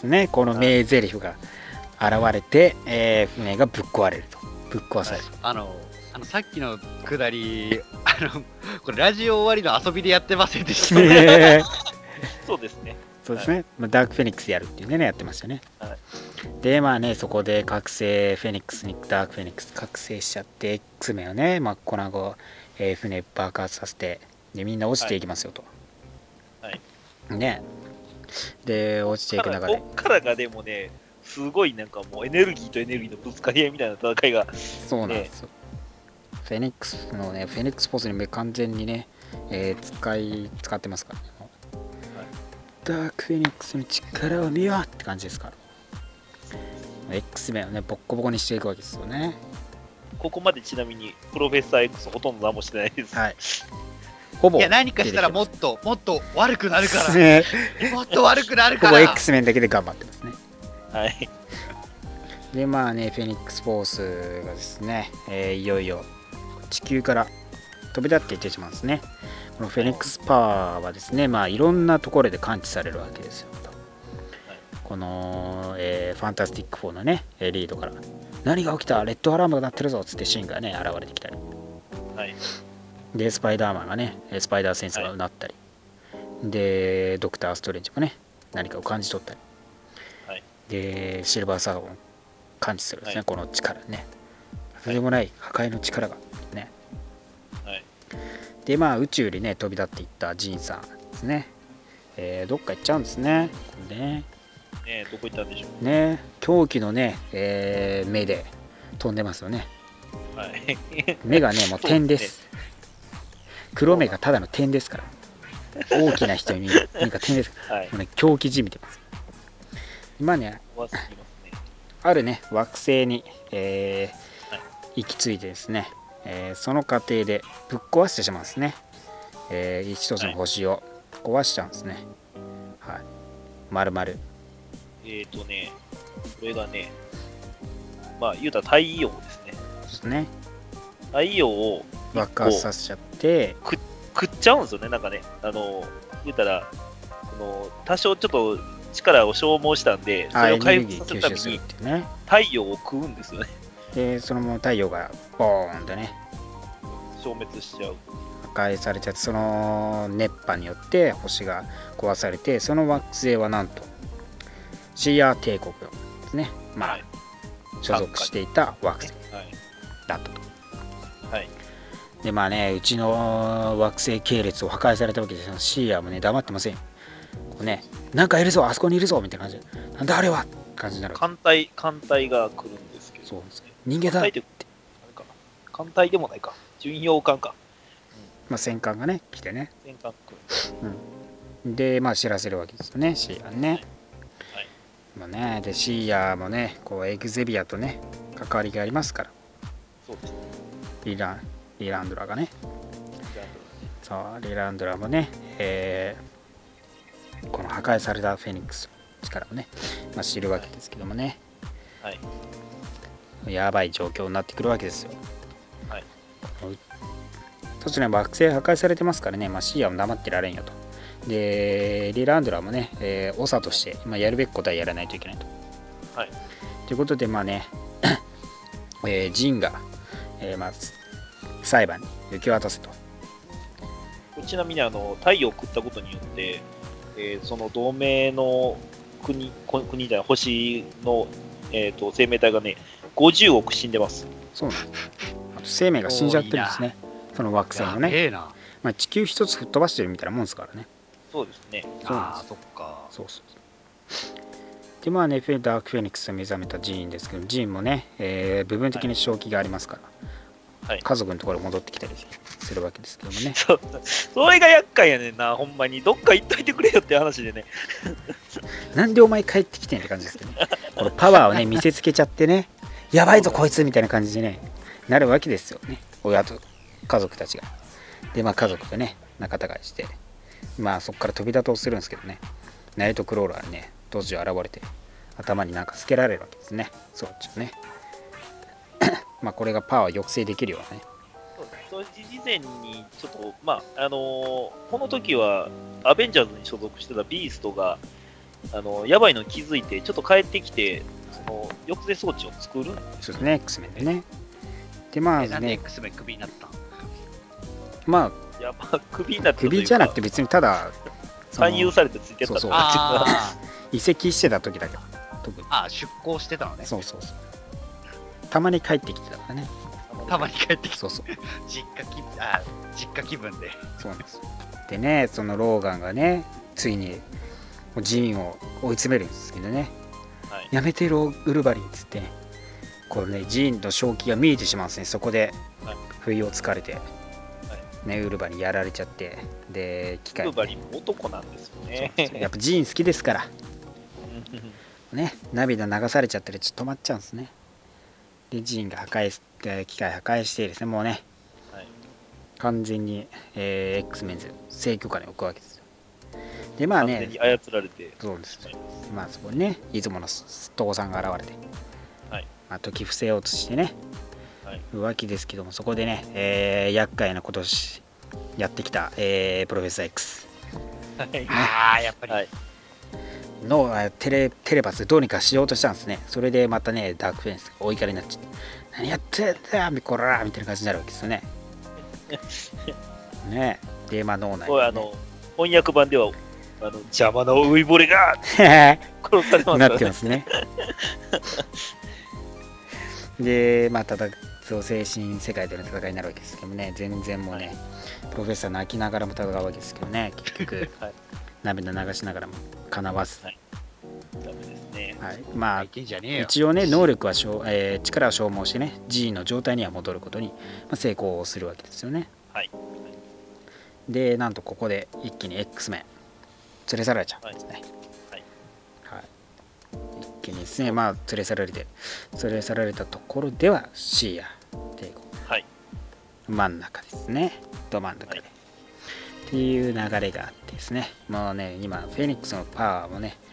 Speaker 3: ね、この名台詞が現れて、船がぶっ壊れると。ぶっ壊される。
Speaker 2: さっきのくだり、これラジオ終わりの遊びでやってませんでした。
Speaker 1: そうですね。
Speaker 3: そうですね、ダークフェニックスやるっていうね、やってましたね。で、まあね、そこで覚醒フェニックスにダークフェニックス覚醒しちゃって、X メンをね、真っ粉々、船爆発させて、で、みんな落ちていきますよと。ね。で、落ちていく中で。
Speaker 1: こっからがでもね、すごいなんかもうエネルギーとエネルギーのぶつかり合いみたいな戦いが。
Speaker 3: そうなんですよ。フェニックスのね、フェニックスポーズに完全にね、使ってますからね。ダークフェニックスの力を見ようって感じですから。X メンをね、ボッコボコにしていくわけですよね。
Speaker 1: ここまでちなみに、プロフェッサー X ほとんど何もしてないです。
Speaker 3: はい。ほぼ。
Speaker 2: いや、何かしたらもっと悪くなるから。ね、もっと悪くなるから。
Speaker 3: ほぼ X メンだけで頑張ってますね。
Speaker 1: はい。で、
Speaker 3: まあね、フェニックスフォースがですね、いよいよ地球から飛び立っていってしまうんですね。このフェニックスパワーはですね、まあいろんなところで感知されるわけですよ。この、ファンタスティック4のね、リードから、何が起きた、レッドアラームが鳴ってるぞっつってシンがね、現れてきたり。
Speaker 1: はい。
Speaker 3: で、スパイダーマンがね、スパイダーセンサーがうなったり。で、ドクター・ストレンジもね、何かを感じ取ったり。
Speaker 1: はい。
Speaker 3: で、シルバーサーゴン感知するんですね、この力ね。とてでもない破壊の力がね。
Speaker 1: はい。
Speaker 3: で、まあ、宇宙にね、飛び立っていったジンさんですね。どっか行っちゃうんですね。これね。
Speaker 1: どこ行ったんでしょう
Speaker 3: ね。狂気のね、目で飛んでますよね。
Speaker 1: はい。
Speaker 3: 目がね、もう点です。黒目がただの点ですから。大きな人に目が点です。はい、もうね、狂気じみてます。今ね、あるね、惑星に、行き着いてですね、その過程でぶっ壊してしまうんですね。一つの星を壊しちゃうんですね。はい。丸々。
Speaker 1: これがね、まあ、言うたら太陽ですね。
Speaker 3: そうですね。
Speaker 1: 太陽を
Speaker 3: 爆発させちゃって、
Speaker 1: 食っちゃうんですよね、なんかね。言うたら、多少ちょっと力を消耗したんで、それを回復させるために、太陽を食うんですよね。
Speaker 3: で、そのまま太陽がボーンとね、
Speaker 1: 消滅しちゃう。
Speaker 3: 破壊されちゃって、その熱波によって星が壊されて、その惑星はなんと、シーアー帝国ですね。まあ、はい、所属していた惑星だったと。
Speaker 1: はい。
Speaker 3: で、まあね、うちの惑星系列を破壊されたわけですよ。シーアーもね、黙ってません。こうね、なんかいるぞ、あそこにいるぞみたいな感じで、なんだあれは感じになる。
Speaker 1: 艦隊が来るんですけど、
Speaker 3: そうですね。人間だって。
Speaker 1: 艦隊でもないか。巡洋艦か。
Speaker 3: まあ、戦艦がね、来てね。
Speaker 1: 戦艦来
Speaker 3: る。うん。で、まあ、知らせるわけですよね、シーアーね。
Speaker 1: はい。
Speaker 3: まあね、で、シーアーもね、こう、エグゼビアとね、関わりがありますから。
Speaker 1: そうですね。
Speaker 3: リランドラがね。そう、リランドラもね、この破壊されたフェニックスの力をね、まあ、知るわけですけどもね。
Speaker 1: はい。
Speaker 3: やばい状況になってくるわけですよ。
Speaker 1: はい。
Speaker 3: そちらの惑星破壊されてますからね、まあ、シーアも黙ってられんよと。で、リランドラもね、長として今やるべきことはやらないといけないと。
Speaker 1: はい。
Speaker 3: ということで、まあね、ジンが、まあ、裁判に受け渡せと。
Speaker 1: ちなみに太陽を食ったことによって、その同盟の国じゃない星の、生命体がね、50億死んでます。
Speaker 3: そうなんです。あと生命が死んじゃってるんですね。その惑星もね。まあ、地球一つ吹っ飛ばしてるみたいなもんですからね。
Speaker 1: そうですね。
Speaker 2: ああ、そっか。
Speaker 3: そう。で、まあね、ダークフェニックスを目覚めたジーンですけど、ジーンもね、部分的に正気がありますから、はい、家族のところに戻ってきたりするわけですけどもね。
Speaker 1: それが厄介やねんな、ほんまに。どっか行っといてくれよって話でね。
Speaker 3: なんでお前帰ってきてんって感じですけどね。このパワーをね、見せつけちゃってね、やばいぞこいつみたいな感じでね、なるわけですよね。親と家族たちが。で、まあ家族とね、仲違いして、まあそこから飛び立とうするんですけどね、ナイトクローラーにね、突如現れて、頭になんかつけられるわけですね。そっちをね。まあこれがパワーを抑制できるようなね。
Speaker 1: そう事前にちょっと、まあこの時はアベンジャーズに所属してたビーストがやばいの気づいてちょっと帰ってきて、その抑制装置を作るん
Speaker 3: ですよね。X メンでね。でまあ
Speaker 2: なんで X メンクビになったん？
Speaker 3: まあ
Speaker 1: いや、まあクビになったというか、
Speaker 3: クビじゃなくて別にただ
Speaker 1: 勧誘されてついてったとか
Speaker 3: 移籍してた時だけど、
Speaker 2: 特に出向してたのね。
Speaker 3: そうたまに帰ってきてたからね。
Speaker 2: たまに帰ってきて、
Speaker 3: そう
Speaker 2: 実家気分で。
Speaker 3: そうなんですよ。でね、そのローガンがね、ついにジーンを追い詰めるんですけどね、やめてウルヴァリンっつってね、このねジーンの正気が見えてしまうんですね。そこで不意をつかれて、ね、ウルヴァリンやられちゃって、で機械、
Speaker 1: ウルヴァリンも男なんですよね。
Speaker 3: やっぱジーン好きですからね、涙流されちゃったりちょっと止まっちゃうんですね。でジーンが機械破壊してですね、もうね、完全に、X メンズ制御下に置くわけですよ。でまあね、
Speaker 1: 完全に操られて、
Speaker 3: そうです。まあそこにね、出雲の父さんが現れて、解き伏せようとしてね、浮気ですけども、そこでね、厄介なことをやってきた、プロフェッサー X、
Speaker 2: やっぱり、
Speaker 3: のテレパスでどうにかしようとしたんですね。それでまたね、ダークフェンスがお怒りになっちゃって、何やってんだみこらみたいな感じになるわけですよね。ねで、まあ脳内、
Speaker 1: ね、翻訳版では邪魔な老いぼれが殺されます
Speaker 3: なってますね。で、まあ精神世界での戦いになるわけですけどもね、全然もうね、プロフェッサー泣きながらも戦うわけですけどね、結局、涙流しながらもかなわず、ダ
Speaker 1: メですね。
Speaker 3: まあ一応ね、能力は力を消耗してね、G の状態には戻ることに成功するわけですよね。で、なんとここで一気に X メン連れ去られちゃうんですね。一気にですね、まあ連れ去られたところではシーア帝国、真ん中ですね、ど真ん中で、っていう流れがあってですね、もうね、今フェニックスのパワーもね、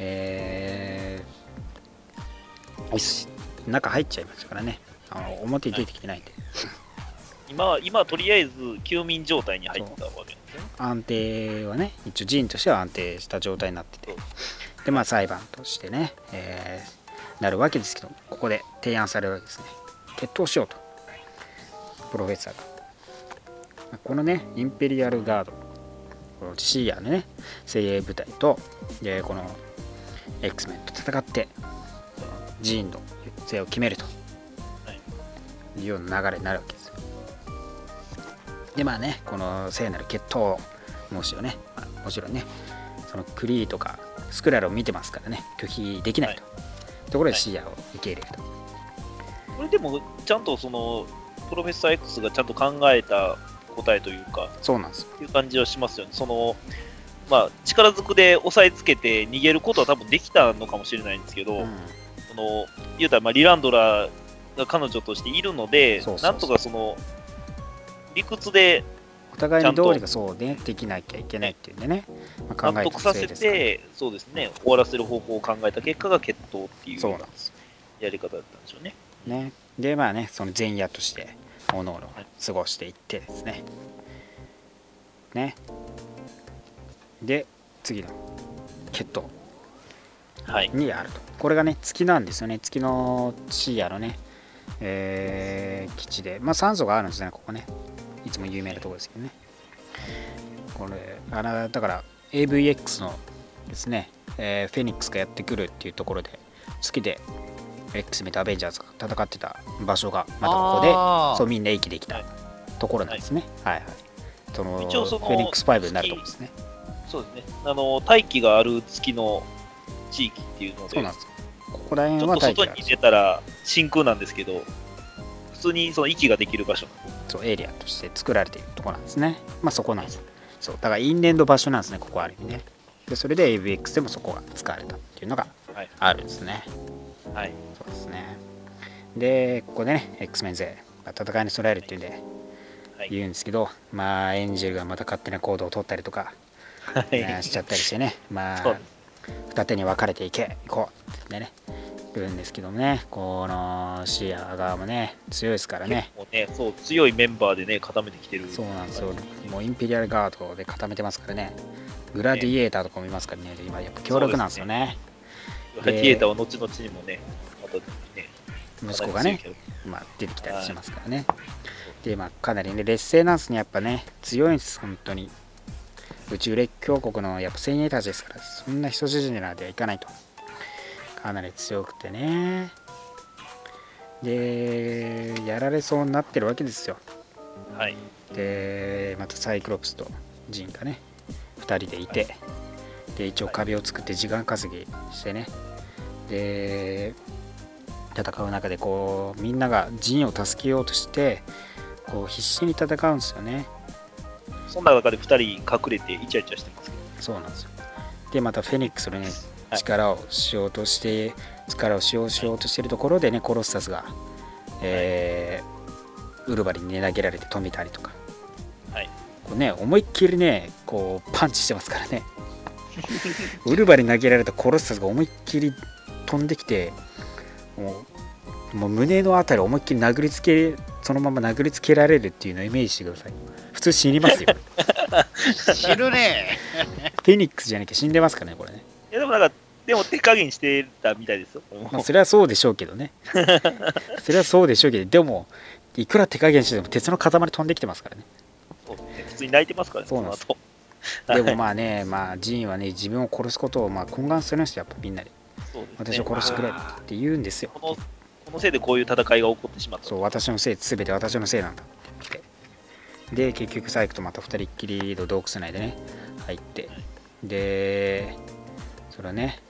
Speaker 3: 中入っちゃいましたからね、表に出てきてないんで、
Speaker 1: 今とりあえず休眠状態に入ったわけですね。
Speaker 3: 安定はね、一応陣としては安定した状態になってて、でまあ裁判としてね、なるわけですけど、ここで提案されるわけですね。決闘しようと、プロフェッサーが。このね、インペリアルガード、このシーアのね、精鋭部隊と、この X メンと戦って、ジーンの行方を決めるというような流れになるわけですよ。でまあね、この聖なる決闘をもちろんね、そのクリーとかスクラルを見てますからね、拒否できないところでシーアを受け入れると。
Speaker 1: これでもちゃんとそのプロフェッサー X がちゃんと考えた答えというか、
Speaker 3: そうなんですよ。
Speaker 1: いう感じはしますよね。そのまあ力ずくで押さえつけて逃げることは多分できたのかもしれないんですけど、その言うたらまあリランドラが彼女としているので、なんとかその理屈で
Speaker 3: お互いに通りがそうね、できなきゃいけないっていうんでね、
Speaker 1: 納得させて、そうですね、終わらせる方法を考えた結果が決闘っていうやり方だったんでしょうね。
Speaker 3: でまあね、その前夜としておのおの過ごしていってですね、で次の決闘にやると、これがね月なんですよね。月のシーアのね、基地で、まあ酸素があるんですね、ここね、いつも有名なところですけどね。これだから AVX のですね、フェニックスがやってくるっていうところで、月で X メンとアベンジャーズが戦ってた場所がまたここで、そうみんな息できたところなんですね。その
Speaker 1: 一応その
Speaker 3: フェニックス5になるところですね。
Speaker 1: そうですね。大気がある月の地域っていうので、
Speaker 3: そうなんです。ここら辺は
Speaker 1: ちょっと外に出たら真空なんですけど、普通にその息ができる場所、
Speaker 3: そうエリアとして作られているところなんですね。まあそこなんです。そうだから因縁の場所なんですね、ここはある意味ね。でそれで AVX でもそこが使われたっていうのがあるんですね。そうですね。でここでね X メン勢戦いに備えるっていうんで言うんですけど、まあエンジェルがまた勝手な行動を取ったりとか、しちゃったりしてね、まあ二手に分かれて行こうってね言うんですけどもね、このシア側もね強いですからね。
Speaker 1: 結構ね、そう強いメンバーでね固めてきてる。
Speaker 3: そうなんですよ。もうインペリアルガードで固めてますからね。グラディエーターとかもいますからね。今やっぱ強力なんですよね。
Speaker 1: グラディエーターは後々にもね、またね
Speaker 3: 息子がね、まあ、出てきたりしますからね。でまあかなりね劣勢なんですね、やっぱね強いんです本当に。 宇宙列強国のやっぱ精鋭たちですから、そんな一筋縄ではいかないと。かなり強くてね。で、やられそうになってるわけですよ。
Speaker 1: はい。
Speaker 3: で、またサイクロプスとジンがね、2人でいて、で、一応壁を作って時間稼ぎしてね。で、戦う中でこうみんながジンを助けようとしてこう必死に戦うんですよね。
Speaker 1: そんな中で2人隠れてイチャイチャしてますけど。
Speaker 3: そうなんですよ。でまたフェニックスのね力を使用しようとしているところでね、コロッサスが、ウルバリンに投げられて止めたりとか、
Speaker 1: はい、
Speaker 3: こうね思いっきりねこうパンチしてますからね。ウルバリン投げられたコロッサスが思いっきり飛んできて、もう胸のあたりを思いっきりそのまま殴りつけられるっていうのをイメージしてください。普通死にますよ。
Speaker 2: 死ぬね。
Speaker 3: フェニックスじゃなきゃ死んでますからね、これね。
Speaker 1: いやでも手加減してたみたいですよ。
Speaker 3: まあ、それはそうでしょうけどね。それはそうでしょうけど、でもいくら手加減しても鉄の塊飛んできてますからね。
Speaker 1: そうね、普通に泣いてますからね。
Speaker 3: そうなんです。でもまあね、ジンはね自分を殺すことを懇願するんですよ、やっぱみんなで。
Speaker 1: そうですね、
Speaker 3: 私を殺してくれって言うんですよ。
Speaker 1: このせいでこういう戦いが起こってしまった。
Speaker 3: そう、私のせい、全て私のせいなんだって。で、結局サイクとまた2人っきりの洞窟内でね、入って、で、それはね、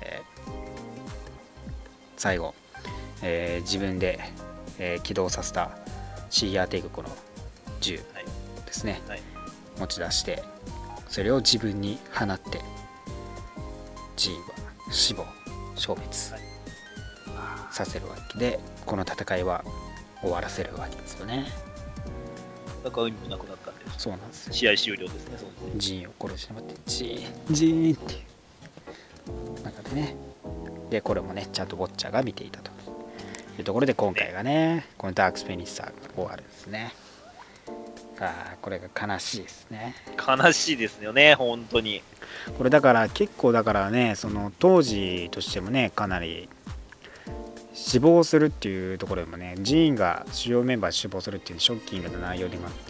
Speaker 3: 最後、自分で、起動させたシーアー帝国の銃ですね、持ち出して、それを自分に放って、ジンは死亡、消滅させるわけで、この戦いは終わらせるわけですよね。
Speaker 1: 戦う意味もなくなったんです。
Speaker 3: そうなんですよ。
Speaker 1: 試合終了ですね。
Speaker 3: ジンを殺してもらって、ジーンっていう中でね。で、これもね、ちゃんとウォッチャーが見ていたというところで、今回がね、このダークスペニッサーが終わるんですね。これが悲しいですね。
Speaker 1: 悲しいですよね、本当に。
Speaker 3: これだから結構だからね、その当時としてもね、かなり死亡するっていうところでもね、ジーンが主要メンバー死亡するっていうショッキングな内容でもあって、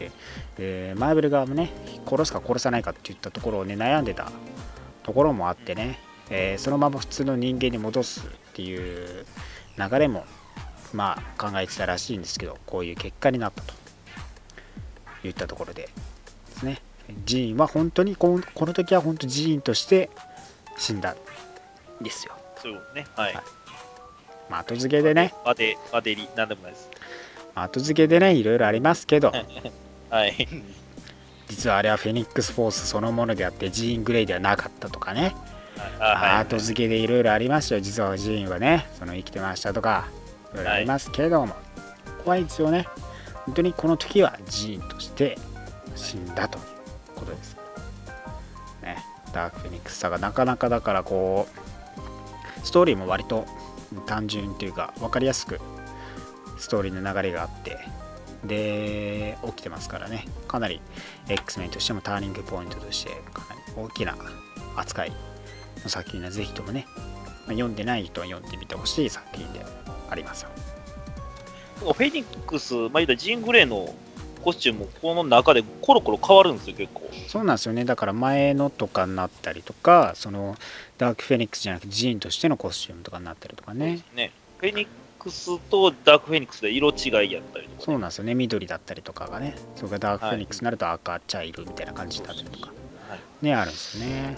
Speaker 3: マーベル側もね、殺すか殺さないかっていったところをね、悩んでたところもあってね、そのまま普通の人間に戻すっていう流れもまあ考えてたらしいんですけど、こういう結果になったといったところでですね、ジーンは本当にこの時は本当ジーンとして死んだんですよ。
Speaker 1: そうね、はい。
Speaker 3: まあ、後付けでね、
Speaker 1: バデリ、なんでもないです。
Speaker 3: 後付けでね、いろいろありますけど、
Speaker 1: はい。
Speaker 3: 実はあれはフェニックスフォースそのものであって、ジーン・グレイではなかったとかね、後付けでいろいろありましたよ。実はジーンはね、生きてましたとか、いろいろありますけども、ここは一応ね、本当にこの時はジーンとして死んだということです。ね、ダークフェニックスさがなかなかだからこう、ストーリーも割と単純というか分かりやすくストーリーの流れがあってで起きてますからね、かなり X メンとしてもターニングポイントとしてかなり大きな扱いの作品はぜひともね、読んでない人は読んでみてほしい作品でありますよ。
Speaker 1: フェニックス、言うたらジーン・グレイのコスチュームもこの中でコロコロ変わるんですよ、結構。
Speaker 3: そうなんですよね。だから前のとかになったりとか、そのダークフェニックスじゃなくてジーンとしてのコスチュームとかになったりとかね。
Speaker 1: フェニックスとダークフェニックスで色違いやったりとか、ね、
Speaker 3: そうなんですよね。緑だったりとかがね、それがダークフェニックスになると赤茶色みたいな感じだったりとか、ね、あるんですよね。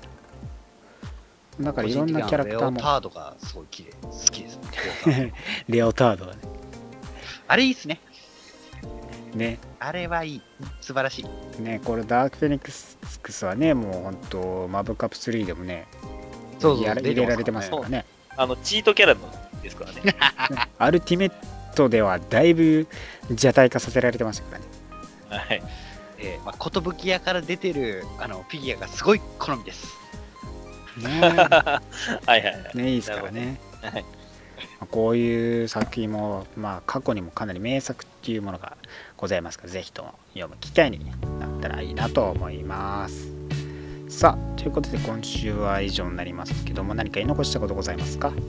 Speaker 3: だからいろんなキャラクターも。
Speaker 2: レオタードがすごい綺麗、好きですね。
Speaker 3: レオタードはね。
Speaker 2: あれいいっすね。
Speaker 3: ね、
Speaker 2: あれはいい、素晴らし
Speaker 3: いね。これダークフェニックスはね、もう本当マブカップ3でもね、入れられてますからね。
Speaker 1: チートキャラですからね。
Speaker 3: アルティメットではだいぶ邪体化させられてましたからね。
Speaker 1: はい。
Speaker 2: 寿屋から出てるフィギュアがすごい好みです。
Speaker 3: ね、
Speaker 1: はいはいはい。
Speaker 3: ね、いいですからね。
Speaker 1: はい。
Speaker 3: こういう作品も、過去にもかなり名作っていうものがございますから、ぜひとも読む機会になったらいいなと思います。さあ、ということで今週は以上になりますけども、何か言い残したことございますか？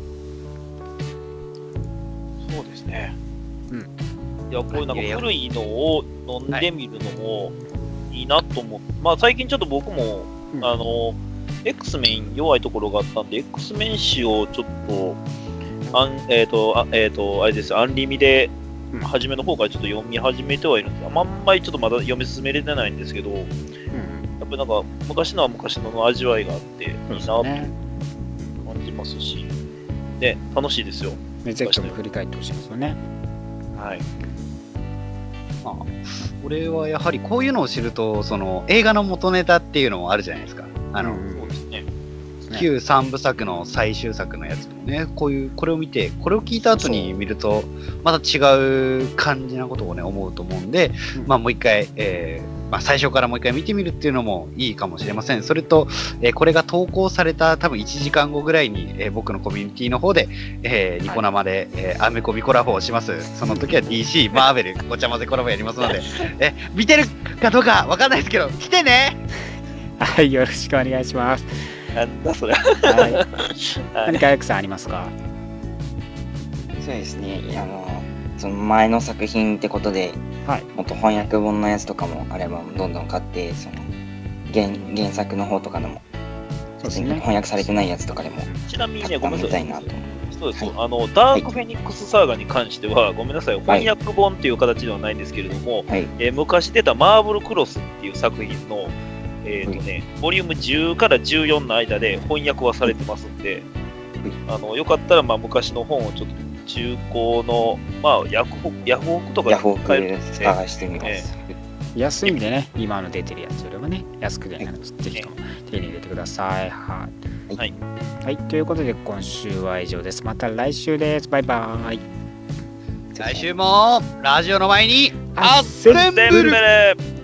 Speaker 1: そうですね。
Speaker 3: うん。
Speaker 1: いや、こういうなんか古いのを飲んでみるのもいいいなと思って、まあ最近ちょっと僕も、X メン弱いところがあったんで、X メン誌をちょっと、あれですよ、アンリミで、初めの方からちょっと読み始めてはいるんですが、あんまりちょっとまだ読み進めれてないんですけど、やっぱりなんか昔のは昔の味わいがあっていいなと感じますし、ね、楽しいですよ。
Speaker 3: ぜひとも振り返ってほしいですよね。
Speaker 1: はい。
Speaker 2: まあ、俺はやはりこういうのを知ると、その映画の元ネタっていうのもあるじゃないですか。
Speaker 1: そうですね。
Speaker 2: 旧3部作の最終作のやつもね、これを見て、これを聞いた後に見ると、また違う感じなことをね、思うと思うんで、まあもう一回、最初からもう一回見てみるっていうのもいいかもしれません。それと、これが投稿された多分1時間後ぐらいに、僕のコミュニティの方で、ニコ生で、アメコミコラボをします。その時は DC、マーベル、ごちゃ混ぜコラボやりますので、見てるかどうかわかんないですけど、来てね。
Speaker 3: はい、よろしくお願いします。
Speaker 1: なんだそれ。
Speaker 3: はい。何かエクさんありますか？
Speaker 4: そうですね。その前の作品ってことで、もっと翻訳本のやつとかもあればどんどん買って、その原作の方とかでも、普通に翻訳されてないやつとかでも
Speaker 1: ちなみにね、
Speaker 4: ごめんなさいなと。
Speaker 1: そうです、ダークフェニックスサーガに関しては、ごめんなさい、翻訳本っていう形ではないんですけれども、昔出たマーブルクロスっていう作品のボリューム10から14の間で翻訳はされてますんで、よかったら昔の本をちょっと中古の、ヤフオクとか
Speaker 4: で探してみます。
Speaker 3: 安いんでね、今の出てるやつよりもね、安くでぜひとも手に入れてください。はい。ということで今週は以上です。また来週です。バイバイ。
Speaker 2: 来週もラジオの前に
Speaker 3: アッセンブル。